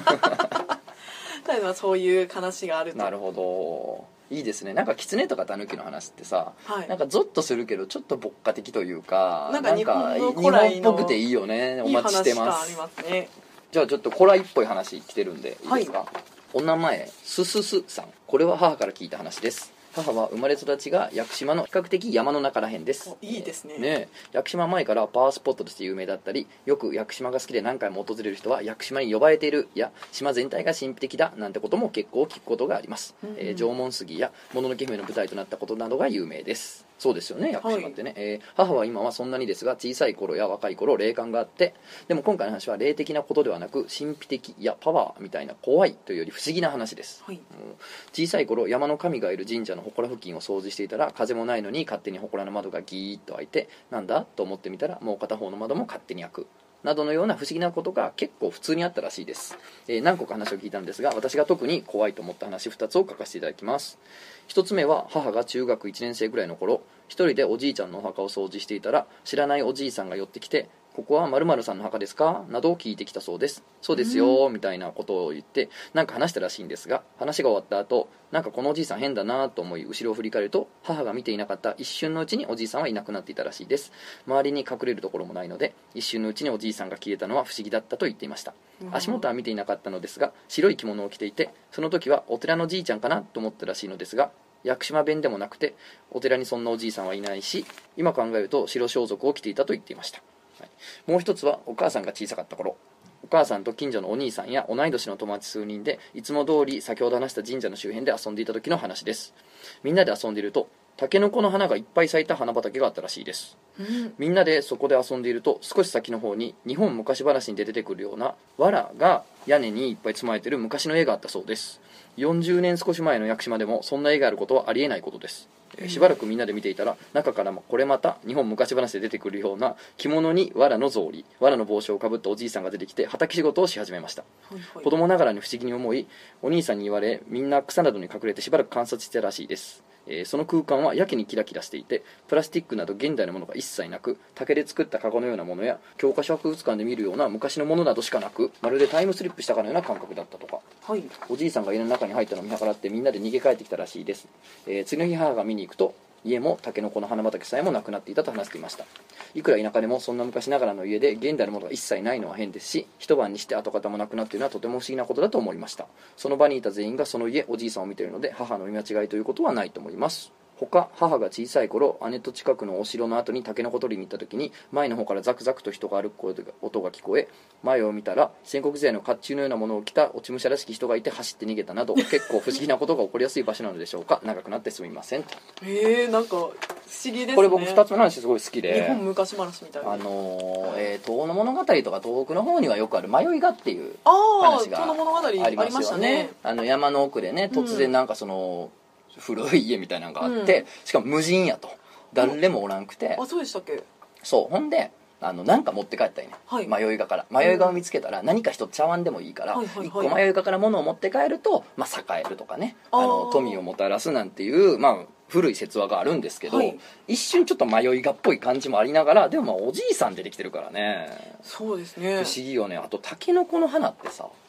そういう話があると。 なるほど、いいですね。なんか狐とか狸の話ってさ、 はい、 なんかゾッとするけどちょっと牧歌的というか、 なんか日本の古来の日本っぽくていいよね。お待ちしてます。 いい話がありますね。 じゃあちょっと古来っぽい話来てるんでいいですか、はい、お名前すすすさん、これは母から聞いた話です。母は生まれ育ちが屋久島の比較的山の中らへんです。 いいですね。 ね、屋久島前からパワースポットとして有名だったり、よく屋久島が好きで何回も訪れる人は屋久島に呼ばれているや島全体が神秘的だなんてことも結構聞くことがあります、うんうん、えー、縄文杉やもののけ姫の舞台となったことなどが有名です。そうですよね、屋久島ってね、はい、えー、母は今はそんなにですが小さい頃や若い頃霊感があって、でも今回の話は霊的なことではなく神秘的やパワーみたいな怖いというより不思議な話です、はい、小さい頃山の神がいる神社の祠付近を掃除していたら、風もないのに勝手に祠の窓がギーッと開いて、なんだと思ってみたらもう片方の窓も勝手に開くなどのような不思議なことが結構普通にあったらしいです、えー、何個か話を聞いたんですが、私が特に怖いと思った話ふたつを書かせていただきます。ひとつめは、母が中学いちねん生ぐらいの頃、一人でおじいちゃんのお墓を掃除していたら、知らないおじいさんが寄ってきて、ここは〇〇さんの墓ですかなどを聞いてきたそうです。そうですよみたいなことを言ってなんか話したらしいんですが、話が終わった後、なんかこのおじいさん変だなと思い後ろを振り返ると、母が見ていなかった一瞬のうちにおじいさんはいなくなっていたらしいです。周りに隠れるところもないので、一瞬のうちにおじいさんが消えたのは不思議だったと言っていました。足元は見ていなかったのですが、白い着物を着ていて、その時はお寺のじいちゃんかなと思ったらしいのですが、屋久島弁でもなくて、お寺にそんなおじいさんはいないし、今考えると白装束を着ていたと言っていました。はい、もう一つは、お母さんが小さかった頃、お母さんと近所のお兄さんや同い年の友達数人でいつも通り先ほど話した神社の周辺で遊んでいた時の話です。みんなで遊んでいると、タケノコの花がいっぱい咲いた花畑があったらしいです、うん、みんなでそこで遊んでいると、少し先の方に日本昔話に出てくるような藁が屋根にいっぱい積まれている昔の絵があったそうです。よんじゅうねん少し前の屋久島でもそんな絵があることはありえないことです。しばらくみんなで見ていたら、中からもこれまた日本昔話で出てくるような着物に藁の草履、藁の帽子をかぶったおじいさんが出てきて畑仕事をし始めました、はいはい、子供ながらに不思議に思い、お兄さんに言われ、みんな草などに隠れてしばらく観察してたらしいです。えー、その空間はやけにキラキラしていて、プラスチックなど現代のものが一切なく、竹で作ったカゴのようなものや教科書博物館で見るような昔のものなどしかなく、まるでタイムスリップしたかのような感覚だったとか、はい、おじいさんが家の中に入ったのを見計らってみんなで逃げ帰ってきたらしいです、えー、次の日母が見に行くと、家もタケノコの花畑さえもなくなっていたと話していました。いくら田舎でもそんな昔ながらの家で現代のものが一切ないのは変ですし、一晩にして跡形もなくなっているのはとても不思議なことだと思いました。その場にいた全員がその家、おじいさんを見ているので、母の見間違いということはないと思います。他、母が小さい頃、姉と近くのお城の後にタケノコ取りに行った時に、前の方からザクザクと人が歩く音が聞こえ、前を見たら戦国時代の甲冑のようなものを着た落ち武者らしき人がいて走って逃げたなど、結構不思議なことが起こりやすい場所なのでしょうか。長くなってすみません。 へえ、なんか不思議ですね。 これ僕ふたつの話すごい好きで、 日本昔話みたいな、 あのーえー、遠野物語とか東北の方にはよくある迷いがっていう話がありますよね。あの山の奥でね、突然なんかその、うん古い家みたいなのがあって、うん、しかも無人やと、誰もおらんくて、 あ、そうでしたっけ。 そう、ほんであのなんか持って帰ったりね、はい、迷いがから迷いがを見つけたら、何か一つ茶碗でもいいから、はいはいはい、いっこ迷いがから物を持って帰ると、まあ、栄えるとかね、あの富をもたらすなんていう、まあ、古い説話があるんですけど、はい、一瞬ちょっと迷いがっぽい感じもありながら、でもまあおじいさん出てきてるからね。 そうですね、 不思議よね。あとタケノコの花ってさ、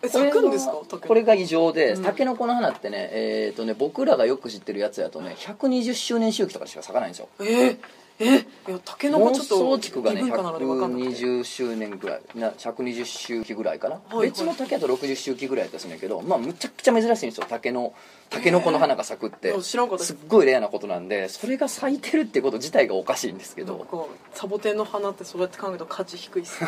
え咲くんですか？ これが異常で、タケノコの花ってね、えーとね僕らがよく知ってるやつやとねひゃくにじゅっしゅうねん周期とかしか咲かないんですよ。 えーえいやタケノコちょっとモンスト地区がね異文化なので分かんなくてひゃくにじゅっしゅうねんぐらいなひゃくにじゅっ周期ぐらいかな、 はいはい、 別の竹だとろくじゅっ周期ぐらいですねんけど、まあむちゃくちゃ珍しいんですよ。竹のタケノコの花が咲くって、 えー、知らんかったすっごいレアなことなんで、それが咲いてるってこと自体がおかしいんですけど、 サボテンの花ってそうやって考えると価値低いっすね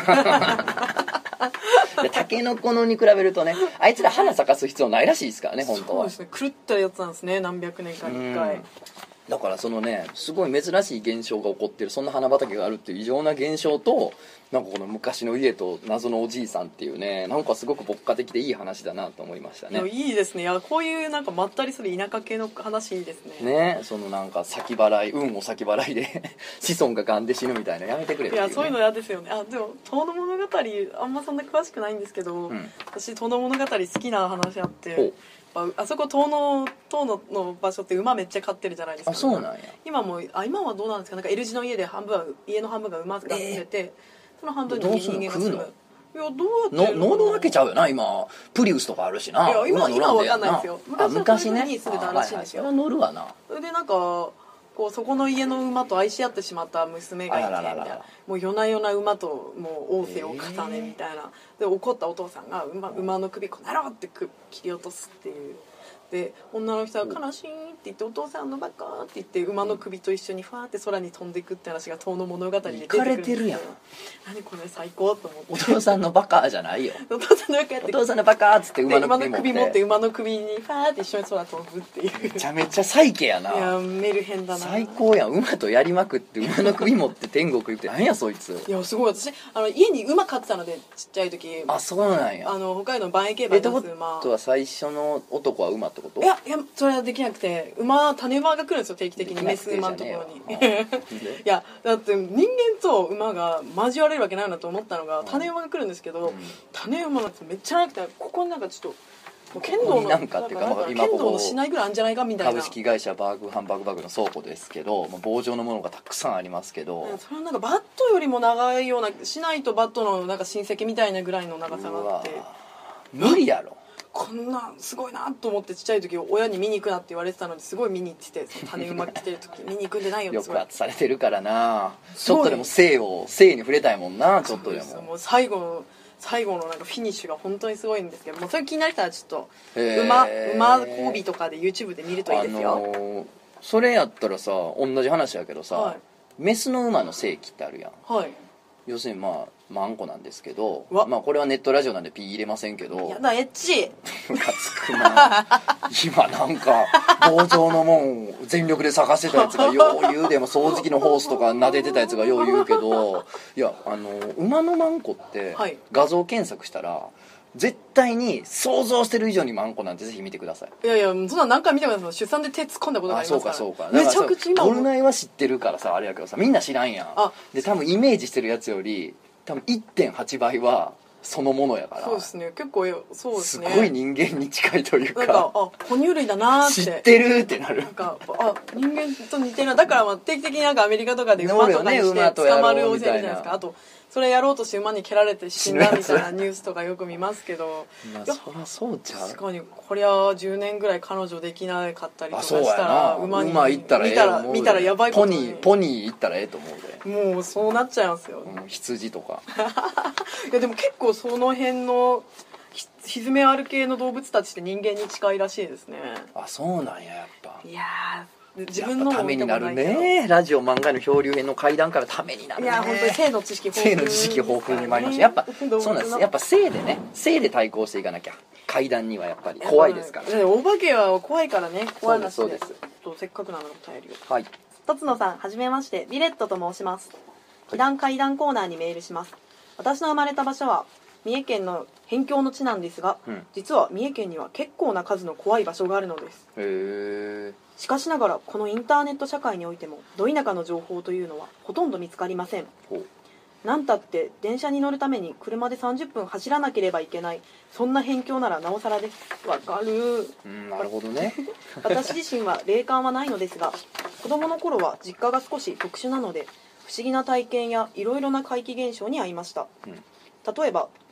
タケノコのに比べるとね、あいつら花咲かす必要ないらしいですからね本当は。 そうですね、狂ったやつなんですね、何百年かにいっかい。 だからそのねすごい珍しい現象が起こってる、そんな花畑があるっていう異常な現象と、なんかこの昔の家と謎のおじいさんっていうね、なんかすごく牧歌的でいい話だなと思いましたね。 いいですね。いやこういうなんかまったりする田舎系の話いいですね。 ね、そのなんか先払い運を先払いで子孫ががんで死ぬみたいなやめてくれっていう、ね、 いやそういうの嫌ですよね。あでも「遠野物語」あんまそんな詳しくないんですけど、うん、私遠野物語好きな話あって、あそこ遠野遠野の場所って馬めっちゃ飼ってるじゃないですか。 あそうなんや。 今もあ今はどうなんですか。なんか L 字の家で半分は家の半分が馬が住んでて、えー、その半分に人間が住む。いやどうやっての農道分けちゃうよな今。プリウスとかあるしな。 いや今今は分かんないですよ。 昔ねに住んでたらしいんですよ。 それは乗るわな。 それでなんかこうそこの家の馬と愛し合ってしまった娘がいてみたいな、もう夜な夜な馬ともう仰せを重ねみたいな、で怒ったお父さんが 馬, 馬の首この野郎って切り落とすっていう。で女の人が悲しいって言ってお父さんのバカって言って馬の首と一緒にファーって空に飛んでいくって話が遠野物語で出てくるんですよ。 行かれてるやん。 何これ最高と思って。 お父さんのバカじゃないよ。 お父さんのバカってお父さんのバカっつって馬の首持って首持って馬の首にファーって一緒に空飛ぶっていう。 めちゃめちゃサイケやな。 いやメルヘンだな。 最高やん。馬とやりまくって馬の首持って天国行って何やそいつ。 いやすごい。私あの家に馬飼ってたのでちっちゃい時。 あそうなんや。 あの北海道の万栄競馬に出す馬。 えとは最初の男は馬ってこと？ いやいやそれはできなくて、馬種馬が来るんですよ定期的にメス馬のところに。いやだって人間と馬が交われるわけないなと思ったのが、種馬が来るんですけど、うん、種馬がめっちゃなくて、ここになんかちょっともう剣道のなんかっていうか剣道のしないぐらいあるんじゃないかみたいな。 株式会社バーグハンバーグバーグの倉庫ですけど、まあ、棒状のものがたくさんありますけど、 それはなんかバットよりも長いような、しないとバットのなんか親戚みたいなぐらいの長さがあって、 無理やろ。 こんなすごいなと思ってちっちゃい時親に見に行くなって言われてたのにすごい見に行ってて、種馬来てる時見に行くんじゃないよって抑圧されてるからな。ちょっとでも性を性に触れたいもんな。ちょっとでももう最後の最後のなんかフィニッシュが本当にすごいんですけど、もうそれ気になったらちょっと馬馬交尾とかで YouTube で見るといいですよ。あのー、 それやったらさ同じ話やけどさ、はい、メスの馬の性器ってあるやん。はい。要するにまあマンコなんですけど、まあこれはネットラジオなんでピー入れませんけど、 やだエッチムカつくな今なんか棒状のもん全力で探してたやつがよう言うでも掃除機のホースとか撫でてたやつがよう言うけど、いやあの馬のマンコって画像検索したら絶対に想像してる以上にマンコなんてぜひ見てください。 いやいやそんな何回見ても出産で手突っ込んだことがありますから。 あそうかそうか。めちゃくちゃ今ゴルナイは知ってるからさあれやけどさみんな知らんやん。で多分イメージしてるやつより多分 いってんはち 倍はそのものやから。 そうですね結構そうですね。 すごい人間に近いというか。 なんかあ哺乳類だなーって知ってるってなる。 なんかあ人間と似てるな。だからまあ定期的になんかアメリカとかで馬とかにして捕まるおじゃないですか。あとそれやろうとして馬に蹴られて死んだみたいなニュースとかよく見ますけど、 いやそりゃそうちゃう。 確かにこりゃじゅうねんぐらい彼女できなかったりとかしたら馬に馬行ったらええと思う。 見たらやばいことポニーポニー行ったらええと思うで。もうそうなっちゃいますよ、 うん、羊とかいやでも結構その辺のひずめある系の動物たちって人間に近いらしいですね。 あそうなんややっぱ。 いや自分のためになるね。ラジオ漫画の漂流編の怪談からためになるね。 いや本当に性の知識豊富、性の知識豊富に参りました。やっぱそうなんです。やっぱ性でね、性で対抗していかなきゃ。怪談にはやっぱり怖いですから。 お化けは怖いからね。怖いな。 そうです。 とせっかくなのでお便りを。 はい。 とつのさんはじめまして、ビレットと申します。奇談怪談コーナーにメールします。私の生まれた場所は三重県の辺境の地なんですが、うん、実は三重県には結構な数の怖い場所があるのです。へー。しかしながらこのインターネット社会においてもど田舎の情報というのはほとんど見つかりません。なんたって電車に乗るために車でさんじゅっぷん走らなければいけない、そんな辺境ならなおさらです。わかる。 うんなるほどね私自身は霊感はないのですが、子供の頃は実家が少し特殊なので不思議な体験やいろいろな怪奇現象に遭いました。うん、例えば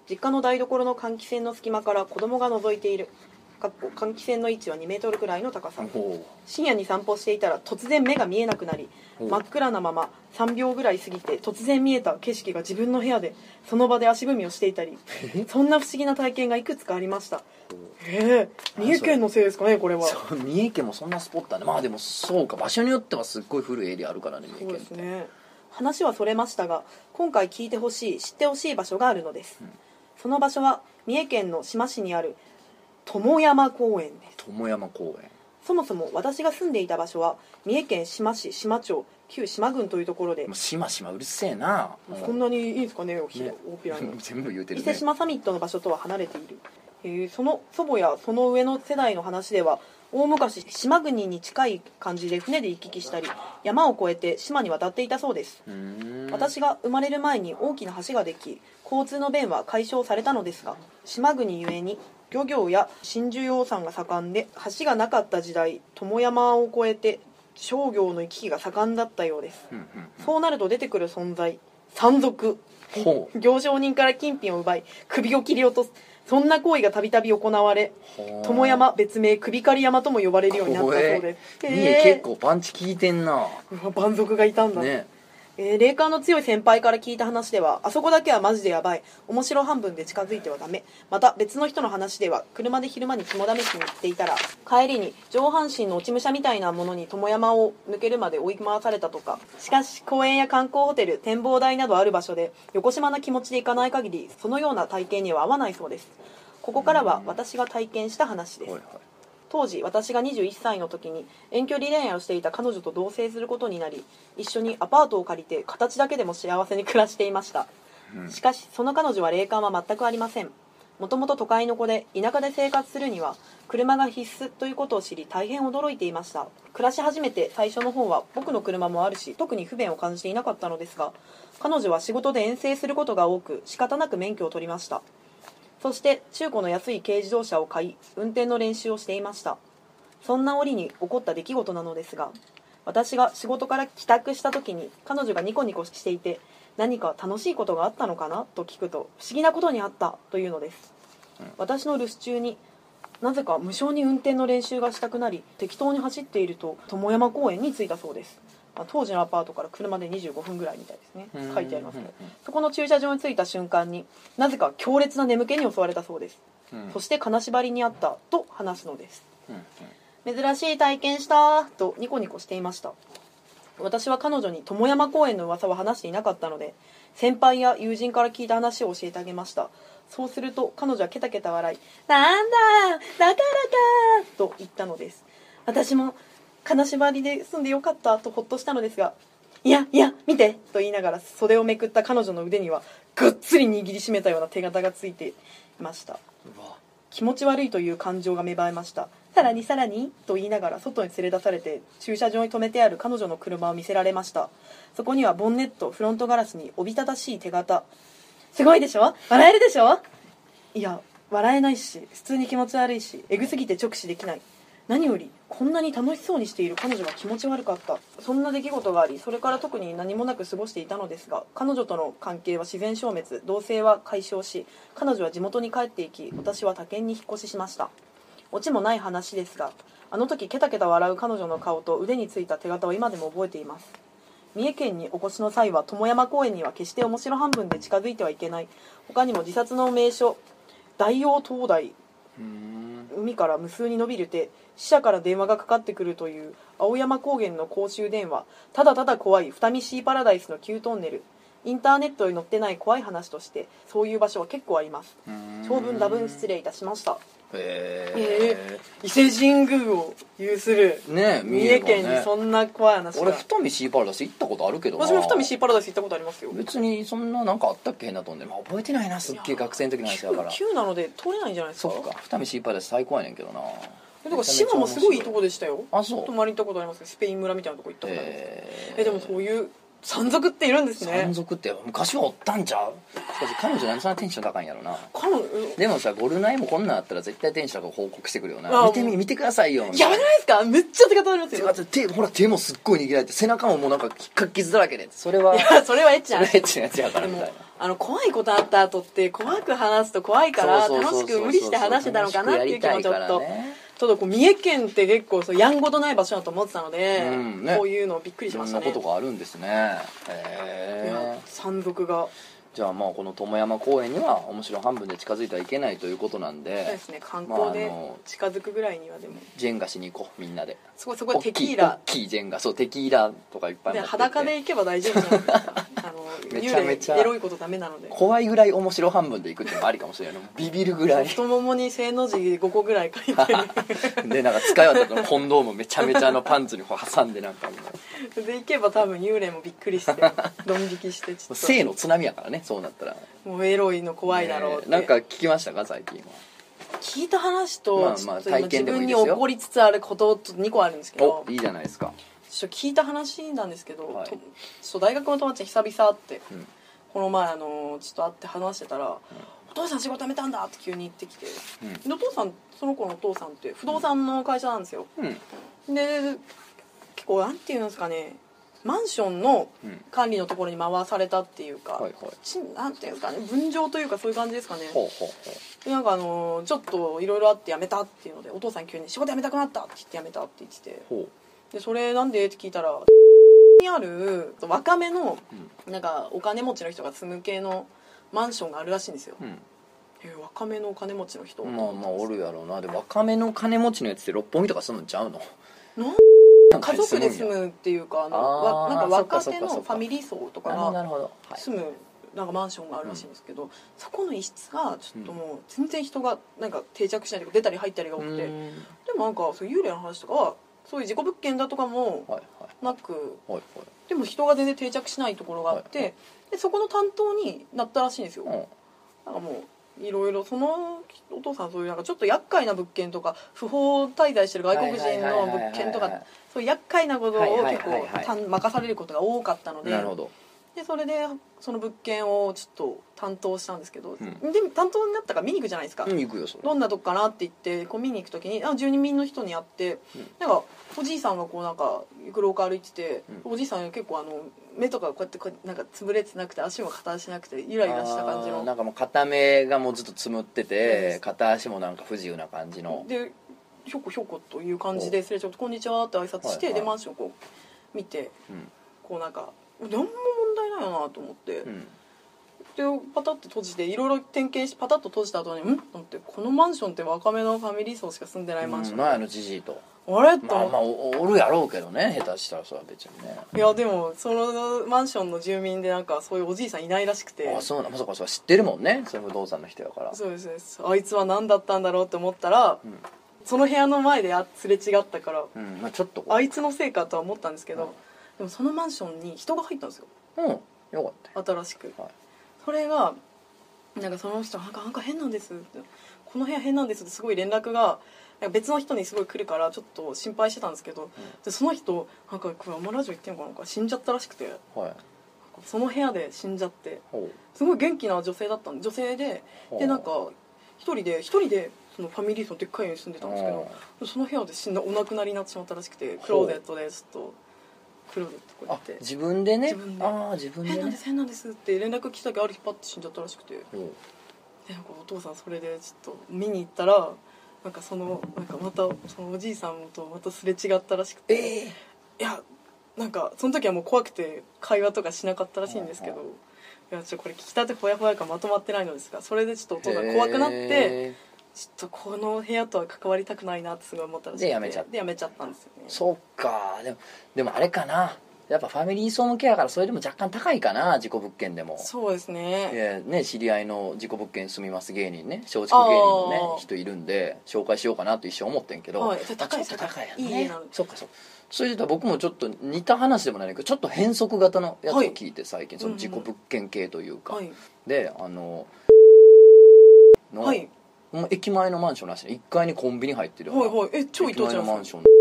実家の台所の換気扇の隙間から子供が覗いている。かっこ換気扇の位置はにメートルくらいの高さ。深夜に散歩していたら突然目が見えなくなり、真っ暗なままさんびょうぐらい過ぎて突然見えた景色が自分の部屋でその場で足踏みをしていたり、そんな不思議な体験がいくつかありました。へえ、三重県のせいですかね、これは。 そう、三重県もそんなスポットあるね。まあでもそうか、場所によってはすっごい古いエリアあるからね、三重県って。 そうですね。話はそれましたが、今回聞いてほしい、知ってほしい場所があるのです。うん、その場所は三重県の志摩市にある友山公園です。 友山公園。 そもそも私が住んでいた場所は三重県志摩市志摩町旧志摩郡というところで、 志摩志摩うるせえな。 そんなにいいですかね、おひ、 ね、 大ピラに全部言うてるね。 伊勢志摩サミットの場所とは離れている。えー、その祖母やその上の世代の話では、大昔志摩国に近い感じで船で行き来したり、山を越えて島に渡っていたそうです。私が生まれる前に大きな橋ができ、交通の便は解消されたのですが、島国ゆえに漁業や真珠養蚕が盛んで、橋がなかった時代、友山を越えて商業の行き来が盛んだったようです。そうなると出てくる存在、山賊。行商人から金品を奪い首を切り落とす、そんな行為がたびたび行われ、友山別名首狩り山とも呼ばれるようになったそうです。 三重結構パンチ効いてんな。 蛮族がいたんだね。えー、霊感の強い先輩から聞いた話では、あそこだけはマジでやばい、面白半分で近づいてはダメ。また別の人の話では、車で昼間に肝試しに行っていたら、帰りに上半身の落ち武者みたいなものに友山を抜けるまで追い回されたとか。しかし公園や観光ホテル、展望台などある場所で横島な気持ちで行かない限り、そのような体験には合わないそうです。ここからは私が体験した話です。当時私がにじゅういっさいの時に遠距離恋愛をしていた彼女と同棲することになり、一緒にアパートを借りて形だけでも幸せに暮らしていました。しかしその彼女は霊感は全くありません。もともと都会の子で、田舎で生活するには車が必須ということを知り、大変驚いていました。暮らし始めて最初の方は僕の車もあるし、特に不便を感じていなかったのですが、彼女は仕事で遠征することが多く、仕方なく免許を取りました。そして中古の安い軽自動車を買い、運転の練習をしていました。そんな折に起こった出来事なのですが、私が仕事から帰宅した時に彼女がニコニコしていて、何か楽しいことがあったのかなと聞くと、不思議なことにあったというのです。私の留守中になぜか無性に運転の練習がしたくなり、適当に走っていると友山公園に着いたそうです。当時のアパートから車でにじゅうごふんぐらいみたいですね。書いてありますね。そこの駐車場に着いた瞬間に、なぜか強烈な眠気に襲われたそうです。うん、そして金縛りにあったと話すのです。うんうん、珍しい体験したとニコニコしていました。私は彼女に友山公園の噂は話していなかったので、先輩や友人から聞いた話を教えてあげました。そうすると彼女はケタケタ笑い、なんだだからかと言ったのです。私も金縛りで済んでよかったとほっとしたのですが、いやいや見てと言いながら袖をめくった彼女の腕にはぐっつり握りしめたような手形がついていました。気持ち悪いという感情が芽生えました。さらにさらにと言いながら外に連れ出されて、駐車場に止めてある彼女の車を見せられました。そこにはボンネット、フロントガラスにおびただしい手形。すごいでしょ、笑えるでしょ。いや笑えないし、普通に気持ち悪いし、エグすぎて直視できない。何よりこんなに楽しそうにしている彼女が気持ち悪かった。そんな出来事があり、それから特に何もなく過ごしていたのですが、彼女との関係は自然消滅、同棲は解消し、彼女は地元に帰っていき、私は他県に引っ越ししました。オチもない話ですが、あの時ケタケタ笑う彼女の顔と腕についた手形を今でも覚えています。三重県にお越しの際は友山公園には決して面白半分で近づいてはいけない。他にも自殺の名所、大王灯台、海から無数に伸びる手、死者から電話がかかってくるという青山高原の公衆電話、ただただ怖い二見シーパラダイスの急トンネル、インターネットに載ってない怖い話としてそういう場所は結構あります。長文多文失礼いたしました。 へえー、伊勢神宮を有する、ね、三重県にそんな怖い話が、 俺二見シーパラダイス行ったことあるけどな。 私も二見シーパラダイス行ったことありますよ。 別にそんななんかあったっけ変なとんで、まあ、覚えてないな、すっげえ学生の時の話だから。 急なので通れないんじゃないですか。 そっか、二見シーパラダイス最高やねんけどな。 だから島もすごいいいとこでしたよ。 あ、そう。 泊まりに行ったことありますけど、スペイン村みたいなとこ行ったことあります。えー、えでもそういう山賊っているんですね。 山賊って昔はおったんちゃう。しかし彼女なんでそんなテンション高いんやろな。 彼女でもさゴルナイもこんなんあったら絶対テンション高く報告してくるよな。見てみ見てくださいよ。 やばくないですか。めっちゃ手が取りますよ。 手ほら手もすっごい握られて背中ももうなんかか傷だらけで、それはいやそれはエッチなそれはエッチなやつやからみたいな。 あの怖いことあった後って怖く話すと怖いから楽しく無理して話してたのかなっていう気もちょっと。ちょっとこう三重県って結構そうやんごとない場所だと思ってたので、うんね、こういうのびっくりしましたね。 そんなことがあるんですね。へえ。 山賊が。 じゃあまあこの友山公園には面白半分で近づいてはいけないということなんで、 そうですね、観光で近づくぐらいにはでも、 まあ、ジェンガしに行こうみんなで。 すごいすごいテキーラ大きいジェンガ、そうテキーラとかいっぱい持ってて、 裸で行けば大丈夫じゃないですか。あのめちゃめちゃエロいことダメなので怖いぐらい面白半分で行くっていうのもありかもしれない。ビビるぐらい太ももに正の字ごこぐらい書いてるでなんか使い終わった後のコンドームめちゃめちゃあのパンツに挟んでなんかもうで行けば多分幽霊もびっくりしてドン引きしてちょっと性の津波やからね、そうなったらもうエロいの怖いだろうって、 ね、なんか聞きましたか最近は。 聞いた話と、まあまあ、 ちょっと自分に起こりつつあることとにこあるんですけど。 おいいじゃないですか。 ちょっと聞いた話なんですけど、 はい、 とちょっと大学の友達久々会って、 うん、 この前あのちょっと会って話してたら、うん、お父さん仕事辞めたんだって急に言ってきて、うん、お父さんその子のお父さんって不動産の会社なんですよ、うん、で結構なんていうんですかね、マンションの管理のところに回されたっていうか、うんはいはい、なんていうんですかね、分譲というかそういう感じですかね。ほうほうほう。でなんかあのちょっといろいろあって辞めたっていうので、お父さん急に仕事辞めたくなったって言って辞めたって言ってて、ほうでそれなんでって聞いたら、にある若めのなんかお金持ちの人が住む系のマンションがあるらしいんですよ、うん、え若めのお金持ちの人、 まあまあおるやろうな。で若めの金持ちのやつって六本木とか住むんちゃうの？ なん家族で住むっていうか、あのあなんか若手のファミリー層とかが住むなんかマンションがあるらしいんですけど、うん、そこの一室がちょっともう全然人がなんか定着しないとか出たり入ったりが多くて、でもなんかそういう幽霊の話とかはそういう事故物件だとかもなく、はいはい、でも人が全然定着しないところがあって、はいはい、でそこの担当になったらしいんですよ、うん、なんかもういろいろそのお父さんそういうなんかちょっと厄介な物件とか不法滞在してる外国人の物件とかそういう厄介なことを結構任されることが多かったので、なるほど。でそれでその物件をちょっと担当したんですけど、うん、で担当になったから見に行くじゃないですか、 見に行くよそれ。 どんなとこかなって言ってこう見に行く時にあ住民の人に会って、うん、なんかおじいさんがこうなんか廊下歩いてて、うん、おじいさん結構あの目とかこうやってこうなんか潰れてなくて足も片足なくてゆらゆらした感じの、 なんかもう片目がもうずっとつむってて、片足もなんか不自由な感じのでひょこひょこという感じですれ違ってこんにちはって挨拶して、はいはい、でマンションこう見て、うん、こうなんか何も問題ないよなと思って、うん、でパタッと閉じていろいろ点検してパタッと閉じた後にんと思ってこのマンションって若めのファミリー層しか住んでないマンション、 うん、なんやのじじいとあれとまあまあ お, おるやろうけどね、下手したらそれは別にね。 いやでもそのマンションの住民でなんかそういうおじいさんいないらしくて、 あそうなまさかそれ知ってるもんね、その不動産の人やから。 そうですね、あいつは何だったんだろうって思ったら、うん、その部屋の前であすれ違ったから、 うんまあ、ちょっとあいつのせいかとは思ったんですけど、うん、でもそのマンションに人が入ったんですよ。 うんよかった新しく、はい、それがなんかその人なんかなんか変なんですってこの部屋変なんですってすごい連絡が別の人にすごい来るからちょっと心配してたんですけど、うん、でその人なんかこれアマラジオ言ってんのかな、なんか死んじゃったらしくて、はい、その部屋で死んじゃってすごい元気な女性だったんで女性ででなんか一人で一人でそのファミリー層でっかい家に住んでたんですけど、その部屋で死んだお亡くなりになってしまったらしくて、クローゼットでちょっとクローゼットこうやって自分でね自分であ自分で、ね、 変なんです変なんですって連絡来た時ある日パッて死んじゃったらしくて、でなんかお父さんそれでちょっと見に行ったらなんかそのなんかまたそのおじいさんとまたすれ違ったらしくて、えー、いやなんかその時はもう怖くて会話とかしなかったらしいんですけど、いやちょっとこれ聞きたてほやほや感まとまってないのですが、それでちょっとお父さん怖くなってちょっとこの部屋とは関わりたくないなってすごい思ったらしくて、 でやめちゃったでやめちゃったんですよね。 そっか。でもでもあれかな、やっぱファミリー層向けやからそれでも若干高いかな、事故物件でも。 そうですね。 いやね知り合いの事故物件住みます芸人ね、松竹芸人のね人いるんで紹介しようかなと一瞬思ってんけど、 はい、高いです、 高いやね。 いい家なの。 そっかそっか。それで言ったら僕もちょっと似た話でもないけどちょっと変則型のやつを聞いて、最近その事故物件系というか、はい、であのの、はい、駅前のマンションらしい、いっかいにコンビニ入ってるような、 はいはい、え超伊藤ちゃん駅前のマンション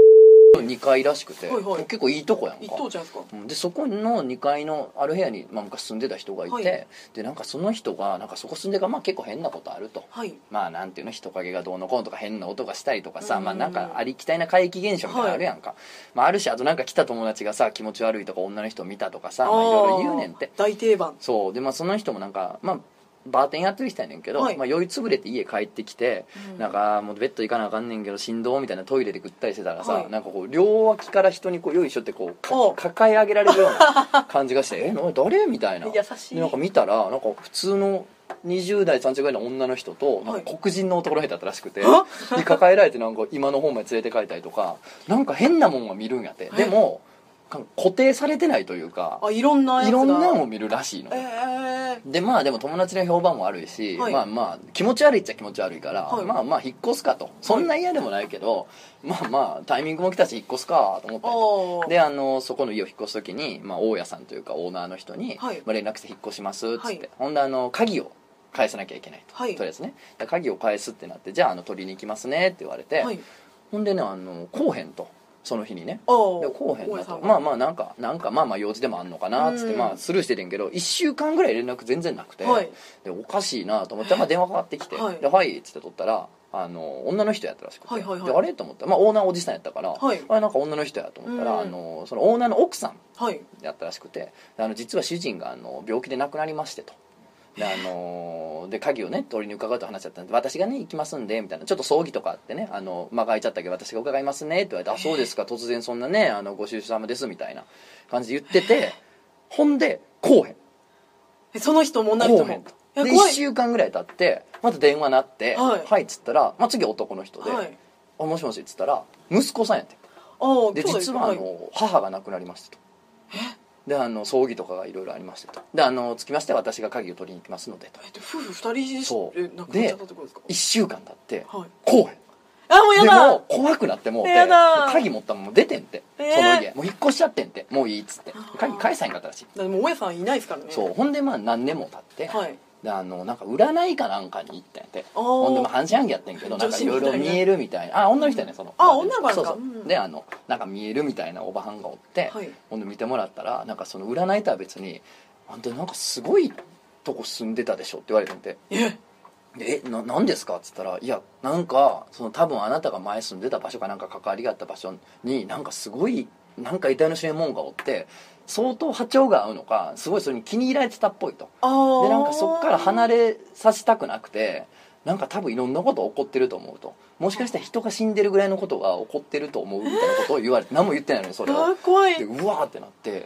にかいらしくて、 はいはい、 結構いいとこやんか。 一等じゃないですか。 でそこのにかいのある部屋に、まあ、昔住んでた人がいて、はい、でなんかその人がなんかそこ住んでから、まあ、結構変なことあると、はい、まあなんていうの、人影がどうのこうのとか変な音がしたりとかさ、まあなんかありきたりな怪奇現象みたいなのあるやんか、はい、まあ、あるし、あとなんか来た友達がさ気持ち悪いとか女の人見たとかさ、まあ、いろいろ言うねんって。 大定番。 そうで、まあ、その人もなんかまあバーテンやってる人やねんけど、はい、まあ、酔いつぶれて家帰ってきて、うん、なんかもうベッド行かなあかんねんけど振動みたいなトイレでぐったりしてたらさ、はい、なんかこう両脇から人にこうよいしょってこう抱え上げられるような感じがしてえお誰みたいな。 優しい。 でなんか見たらなんか普通のにじゅうだいさんじゅうだいぐらいの女の人となんか黒人の男の人だったらしくて、はい、に抱えられてなんか今の方まで連れて帰ったりとか、なんか変なもんは見るんやって、はい、でも固定されてないというか、 あ、いろんなやつがいろんなのを見るらしいの、 えー、 でまあでも友達の評判も悪いし、はい、まあまあ気持ち悪いっちゃ気持ち悪いから、はい、まあまあ引っ越すかと、そんな嫌でもないけど、はい、まあまあタイミングも来たし引っ越すかと思って、であのそこの家を引っ越す時に、まあ、大家さんというかオーナーの人に、はい、まあ、連絡して引っ越しますっつって、はい、ほんであの鍵を返さなきゃいけないと、はい、とりあえずね鍵を返すってなって、じゃあ、あの取りに行きますねって言われて、はい、ほんでねあの来おへんと、その日にね、でこうへんなと、まあまあなんかなんかまあまあ用事でもあんのかなっつって、まあスルーしててんけどいっしゅうかんぐらい連絡全然なくて、はい、でおかしいなと思ってまあ電話かかってきて「はい」ではいっつって取ったらあの女の人やったらしくて、はいはいはい、であれと思ったら、まあ、オーナーおじさんやったから、はい、あれなんか女の人やと思ったら、あのそのオーナーの奥さんやったらしくて、あの実は主人があの病気で亡くなりましてと。であのー、で鍵をね取りに伺うと話しちゃったんで、私がね行きますんでみたいな、ちょっと葬儀とかあってね、あの間が空いちゃったけど私が伺いますねって言われて、あそうですか突然そんなねあのご出産様ですみたいな感じで言ってて、ほんでこうへん、 えその人も女の人もでいっしゅうかんぐらい経ってまた電話鳴って「はい」はいっつったら、まあ、次男の人で「はい、あもしもし」っつったら息子さんやって、あで実はあの、はい、母が亡くなりましたと。えであの葬儀とかがいろいろありましてと、であのつきましては私が鍵を取りに行きますのでと。 えっと夫婦ふたりでそう亡くなっちゃったってことですか。 いっしゅうかん経って、はい、こうへん、 あもうやだ、 でも怖くなってもうて鍵持ったまま出てんて、えー、その家もう引っ越しちゃってんて、もういいっつって鍵返さへんかったらしい。 でも大家さんいないですからね。 そうほんでまあ何年も経って、はい、であのなんか占いかなんかに行ったんやて、ほんでまあ半信半疑やってんけどなんかいろいろ見えるみたいな、あ女の人やねその、 あ女の子なんかそうそう、うん、であのなんか見えるみたいなおばはんがおって、はい、ほんで見てもらったらなんかその占いとは別にあんたなんかすごいとこ住んでたでしょって言われてんて、ええな何ですかっつったら、いやなんかその多分あなたが前住んでた場所かなんか関わりがあった場所になんかすごいなんか遺体の知れんもんがおって相当波長が合うのかすごいそれに気に入られてたっぽいと。でなんかそっから離れさせたくなくて、なんか多分いろんなこと起こってると思うと、もしかしたら人が死んでるぐらいのことが起こってると思うみたいなことを言われて、何も言ってないのにそれを怖いでうわーってなって、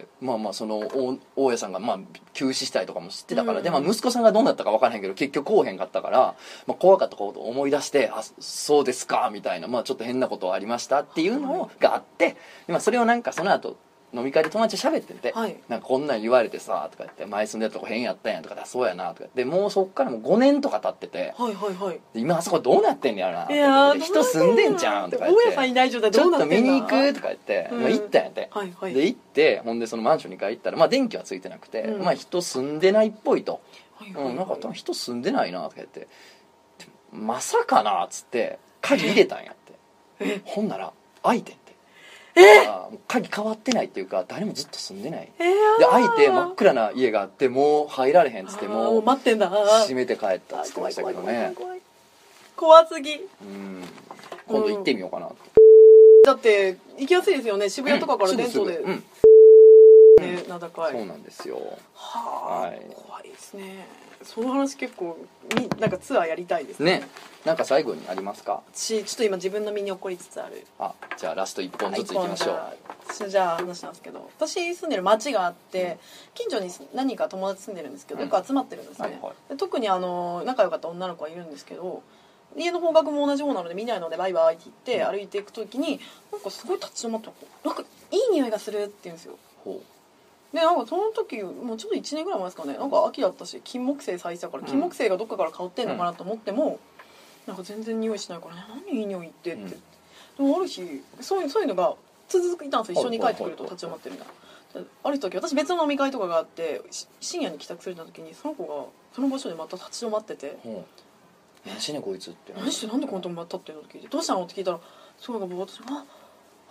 まあまあその大大家さんがまあ急死したりとかも知ってたから、うん、でまあ息子さんがどうなったか分からへんけど結局こうへんかったから、まあ、怖かったことを思い出して、あそうですかみたいな、まあちょっと変なことありましたっていうのがあって、でまあそれをなんかその後飲み会で友達と喋ってて、はい、なんかこんなん言われてさとか言って前住んでたとこ変やったんやとか、そうやなとかでもうそっからもうごねんとか経ってて、 はいはいはい、 今あそこどうなってんねやろなって、いや人住んでんじゃんとか言って、 大家さんいない状態どうなってんだ、 ちょっと見に行くとか言って、うんまあ、行ったんやて、はいはい、で行ってほんでそのマンションに帰ったら、まあ、電気はついてなくて、うん、まあ人住んでないっぽいと、はいはいはい、うん、なんか人住んでないなとか言ってまさかなっつって鍵入れたんやってほんなら開いてんて、えー、鍵変わってないっていうか誰もずっと住んでない、えー、で開いて真っ暗な家があってもう入られへんっつってもう待ってんだ閉めて帰ったっつってましたけどね。 怖すぎ。うん今度行ってみようかな、うん、 だって行きやすいですよね、渋谷とかから電車で、うんうんね、名高い。 そうなんですよ。 はあ、はい、怖いですね。その話結構になんかツアーやりたいですね。 ね、なんか最後にありますか？ ちちょっと今自分の身に起こりつつある。 あ、じゃあラストいっぽんずついきましょう。 私じゃあ話なんですけど、私住んでる町があって、うん、近所に何人か友達住んでるんですけど、よく集まってるんですね、うんはいはい、で特にあの仲良かった女の子はいるんですけど、家の方角も同じ方なので見ないのでバイバイって言って歩いていく時になんかすごい立ち止まってなんかいい匂いがするって言うんですよ。ほうでなんかその時もうちょっといちねんぐらい前ですかね、なんか秋だったし金木犀咲いてたから、うん、金木犀がどっかから香ってんのかなと思っても、うん、なんか全然匂いしないから、ね、何いい匂いってって、うん、でもある日そういう、そういうのが続いたんですよ。一緒に帰ってくると立ち止まってるみたいな。ある時私別の飲み会とかがあって深夜に帰宅する時にその子がその場所でまた立ち止まってて、うん何してんねんこいつって、 何してなんでこの友達立ってんのって聞いて、どうしたのって聞いたら、そうなんか私ああ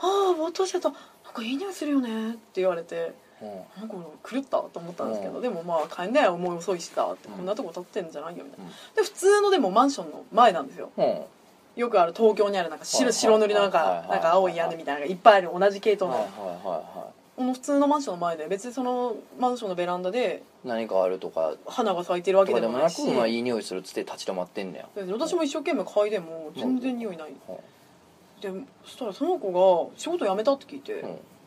あ私だとなんかいい匂いするよねって言われて、うん、なんか狂ったと思ったんですけど、うん、でもまあ帰んないよもう遅いしさって、うん、こんなとこ立ってんじゃないよみたいな、うん、で普通のでもマンションの前なんですよ、うん、よくある東京にあるなんか 白, 白塗りのなんか、なんか青い屋根みたいなのがいっぱいある同じ系統の、はいはいはいはい、普通のマンションの前で別にそのマンションのベランダで何かあるとか花が咲いてるわけでもないし、 でもなく、まあ、いい匂いするっつって立ち止まってんだよ。 私も一生懸命嗅いでも全然匂いない、うん、でそしたらその子が仕事辞めたって聞いて、うん、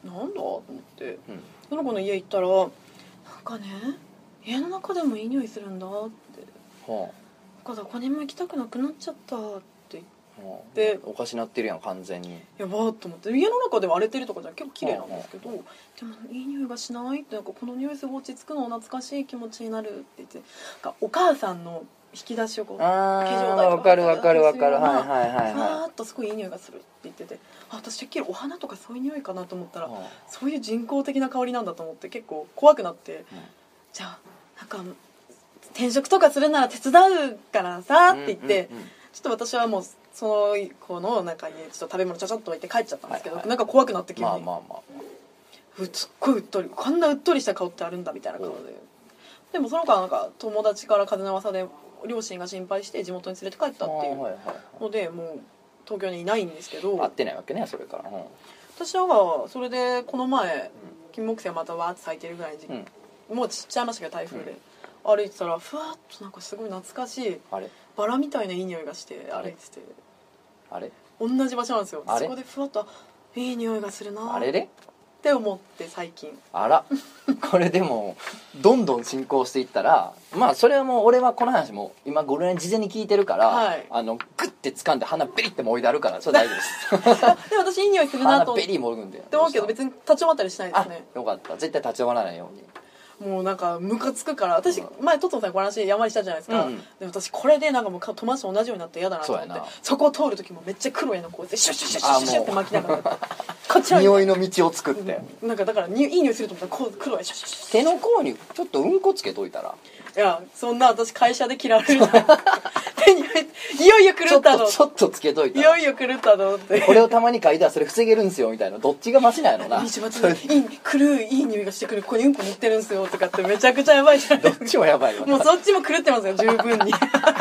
なんだと思って、うん、その子の家行ったらなんかね家の中でもいい匂いするんだって、はあ、だからどこにも行きたくなくなっちゃったってでおかしなってるやん完全に。 やばーと思って家の中では荒れてるとかじゃ結構綺麗なんですけど、でもいい匂いがしないってなんかこの匂いすごい落ち着くの懐かしい気持ちになるって言ってなんかお母さんの引き出しをこう化粧台とかわかるわかるわかるはいはいはいふわーっとすごいいい匂いがするって言っててあ私てっきりお花とかそういう匂いかなと思ったら、はあ、そういう人工的な香りなんだと思って結構怖くなって、うん、じゃあなんか転職とかするなら手伝うからさって言って、うんうんうん、ちょっと私はもうその子の中にちょっと食べ物ちゃちゃっと置いて帰っちゃったんですけど、はいはい、なんか怖くなって急に、まあまあまあ、すっごいうっとりこんなうっとりした顔ってあるんだみたいな顔で、でもその子はなんか友達から風の噂で両親が心配して地元に連れて帰ったっていうのでもう東京にいないんですけど会ってないわけねそれから、うん、 私はそれでこの前金木犀またわーって咲いてるぐらいの時期、うん、もうちっちゃいましたけど台風で、うん、歩いてたらふわっとなんかすごい懐かしいあれバラみたいないい匂いがして歩いててあれ同じ場所なんですよ。そこでふわっといい匂いがするなあれれって思って最近あらこれでもどんどん進行していったらまあそれはもう俺はこの話も今ご覧事前に聞いてるから、はい、あのグッて掴んで鼻ベリってもいであるからそれ大丈夫ですでも私いい匂いするなと鼻ベリもるんでって思うけど別に立ち止まったりしないですね。 よかった絶対立ち止まらないように。 もうなんかムカつくから私前トットンさんこの話山にしたじゃないですか、うん、で私これでなんかもう友達と同じようになって嫌だなと思って そ, そこを通る時もめっちゃ黒いのこうやってシュッシュッシュッシュッシュッって巻きながらこっち匂いの道を作って、 うん、なんかだからにいい匂いすると思ったらこう黒いシュッシュッシュッ手の甲にちょっとうんこつけといたらいやそんな私会社で嫌われる手に入っていよいよ狂ったのちょっとつけといたいよいよ狂ったのってこれをたまに嗅いだらそれ防げるんすよみたいなどっちがマシなんやろな。いい狂いいい匂いがしてくるここにうんこ塗ってるんすよとかってめちゃくちゃやばいじゃないですか。 どっちもやばいよな。 もうそっちも狂ってますよ十分に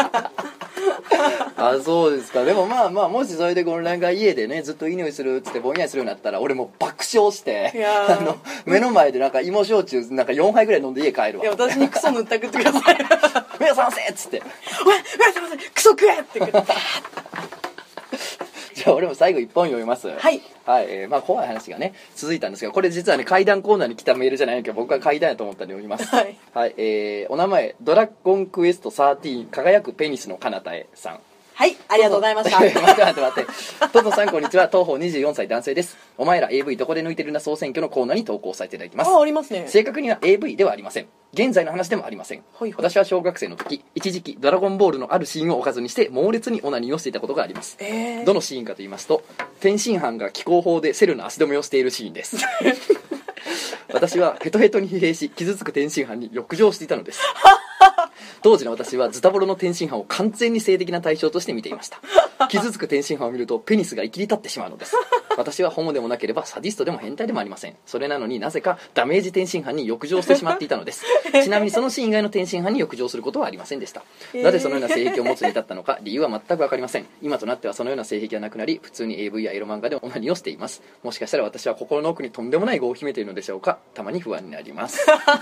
あそうですか。でもまあまあもしそれでこのなんか家でねずっといい匂いするっつってぼんやりするようになったら俺もう爆笑してあの目の前でなんか芋焼酎なんかよんはいぐらい飲んで家帰るわ。 いや私にクソ塗ってくってください目を覚ませっつっておい目を覚ませクソ食えって言ってじゃあ俺も最後一本読みます。 はい、 はいえー、まあ怖い話がね続いたんですがこれ実はね怪談コーナーに来たメールじゃないけど僕は怪談やと思ったんで読みます。はい、はいえー、お名前ドラゴンクエストじゅうさん輝くペニスの彼方へさん。 はいありがとうございました待って待って待ってトトさんこんにちは東方にじゅうよんさい男性です。お前ら エーブイ どこで抜いてるな総選挙のコーナーに投稿させていただきます。 あありますね。 正確には エーブイ ではありません。現在の話でもありません、はいはい、私は小学生の時一時期ドラゴンボールのあるシーンをおかずにして猛烈にオナニーをしていたことがあります、えー、どのシーンかと言いますと天津飯が気候法でセルの足止めをしているシーンです私はヘトヘトに疲弊し傷つく天津飯に浴場していたのです当時の私はズタボロの天津飯を完全に性的な対象として見ていました。傷つく天津飯を見るとペニスが生きり立ってしまうのです。私はホモでもなければサディストでも変態でもありません。それなのになぜかダメージ天津飯に浴場してしまっていたのです。ちなみにそのシーン以外の天津飯に浴場することはありませんでした。なぜそのような性癖を持つに至ったのか理由は全く分かりません。今となってはそのような性癖はなくなり普通に エーブイ やエロ漫画でオナニーをしています。もしかしたら私は心の奥にとんでもない業を秘めているのでしょうか。たまに不安になります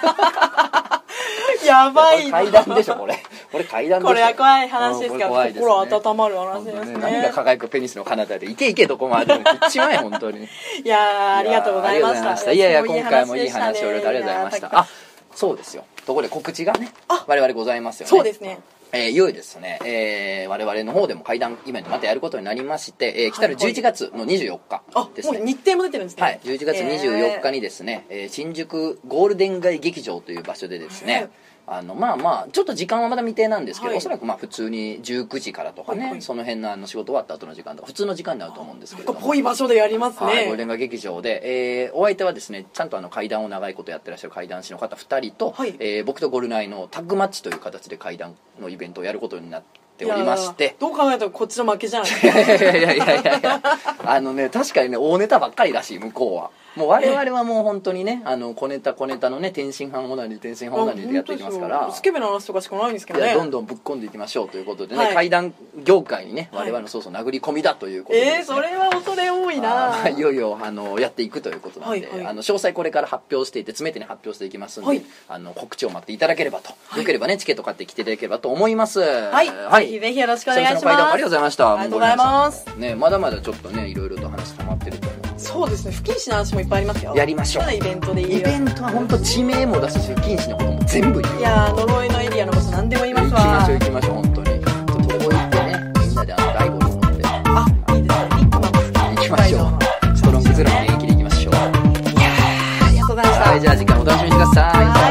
やばい階段でしょこれこれ階段でしょ。 これは怖い話ですから、 ね、 心温まる話ですね。 何が輝くペニスの彼方でいけいけどこまで一枚本当にいやーありがとうございました。 いやいや今回もいい話をいろいろありがとうございました。あそうですよところで告知がね我々ございますよね。 そうですねえー、いよいよですね、えー、我々の方でも怪談イベントまたやることになりまして、えー、来たるじゅういちがつのにじゅうよっかですね。 あもう日程も出てるんですね。 はいじゅういちがつにじゅうよっかにですね、えー、新宿ゴールデン街劇場という場所でですね、あのまあまあちょっと時間はまだ未定なんですけど、はい、おそらくまあ普通にじゅうくじからとかね、はいはい、その辺のあの仕事終わった後の時間とか普通の時間になると思うんですけども、 ぽい場所でやりますね。 はい、ゴールデン街劇場で、えー、お相手はですねちゃんとあの怪談を長いことやってらっしゃる怪談師の方ふたりと、はいえー、僕とゴルナイのタッグマッチという形で怪談のイベントをやることになってっておりまして、 どう考えたらこっちの負けじゃない。 いやいやいやいやいやいやあのね確かにね大ネタばっかりらしい向こうは。もう我々はもう本当にねあの小ネタ小ネタのね天津飯オナニー天津飯オナニーでやっていきますから、 スケベな話とかしかないんですけどね。 いやどんどんぶっ込んでいきましょうということでね、はい、怪談業界にね我々のそうそう殴り込みだということで、ね、 えー、それは恐れ多いな。 いよいよあのやっていくということなんで、はいはい、あの詳細これから発表していて詰めてに発表していきますんで、はい、あの告知を待っていただければと、はい、よければねチケット買ってきていただければと思います。 はい、はい、ぜひぜひよろしくお願いします。 最初の怪談ありがとうございました。 ありがとうございます。 ね、まだまだちょっとねいろいろと話溜まってると思う。 そうですね、不謹慎な話もいっぱいありますよ。 やりましょう。 イベントでいいよ。 イベントは本当地名も出すし不謹慎なことも全部言う。 いやー呪いのエリアの場所何でも言いますわ。 行きましょう行きましょう本当に。ちょっとここ行ってねみんなであのライブを飲んで。 あ、いいですね。一個ママス行きましょう。ストロングゼロの演技で行きましょう。いやーありがとうございました。 はい、じゃあ次回お楽しみにしてください。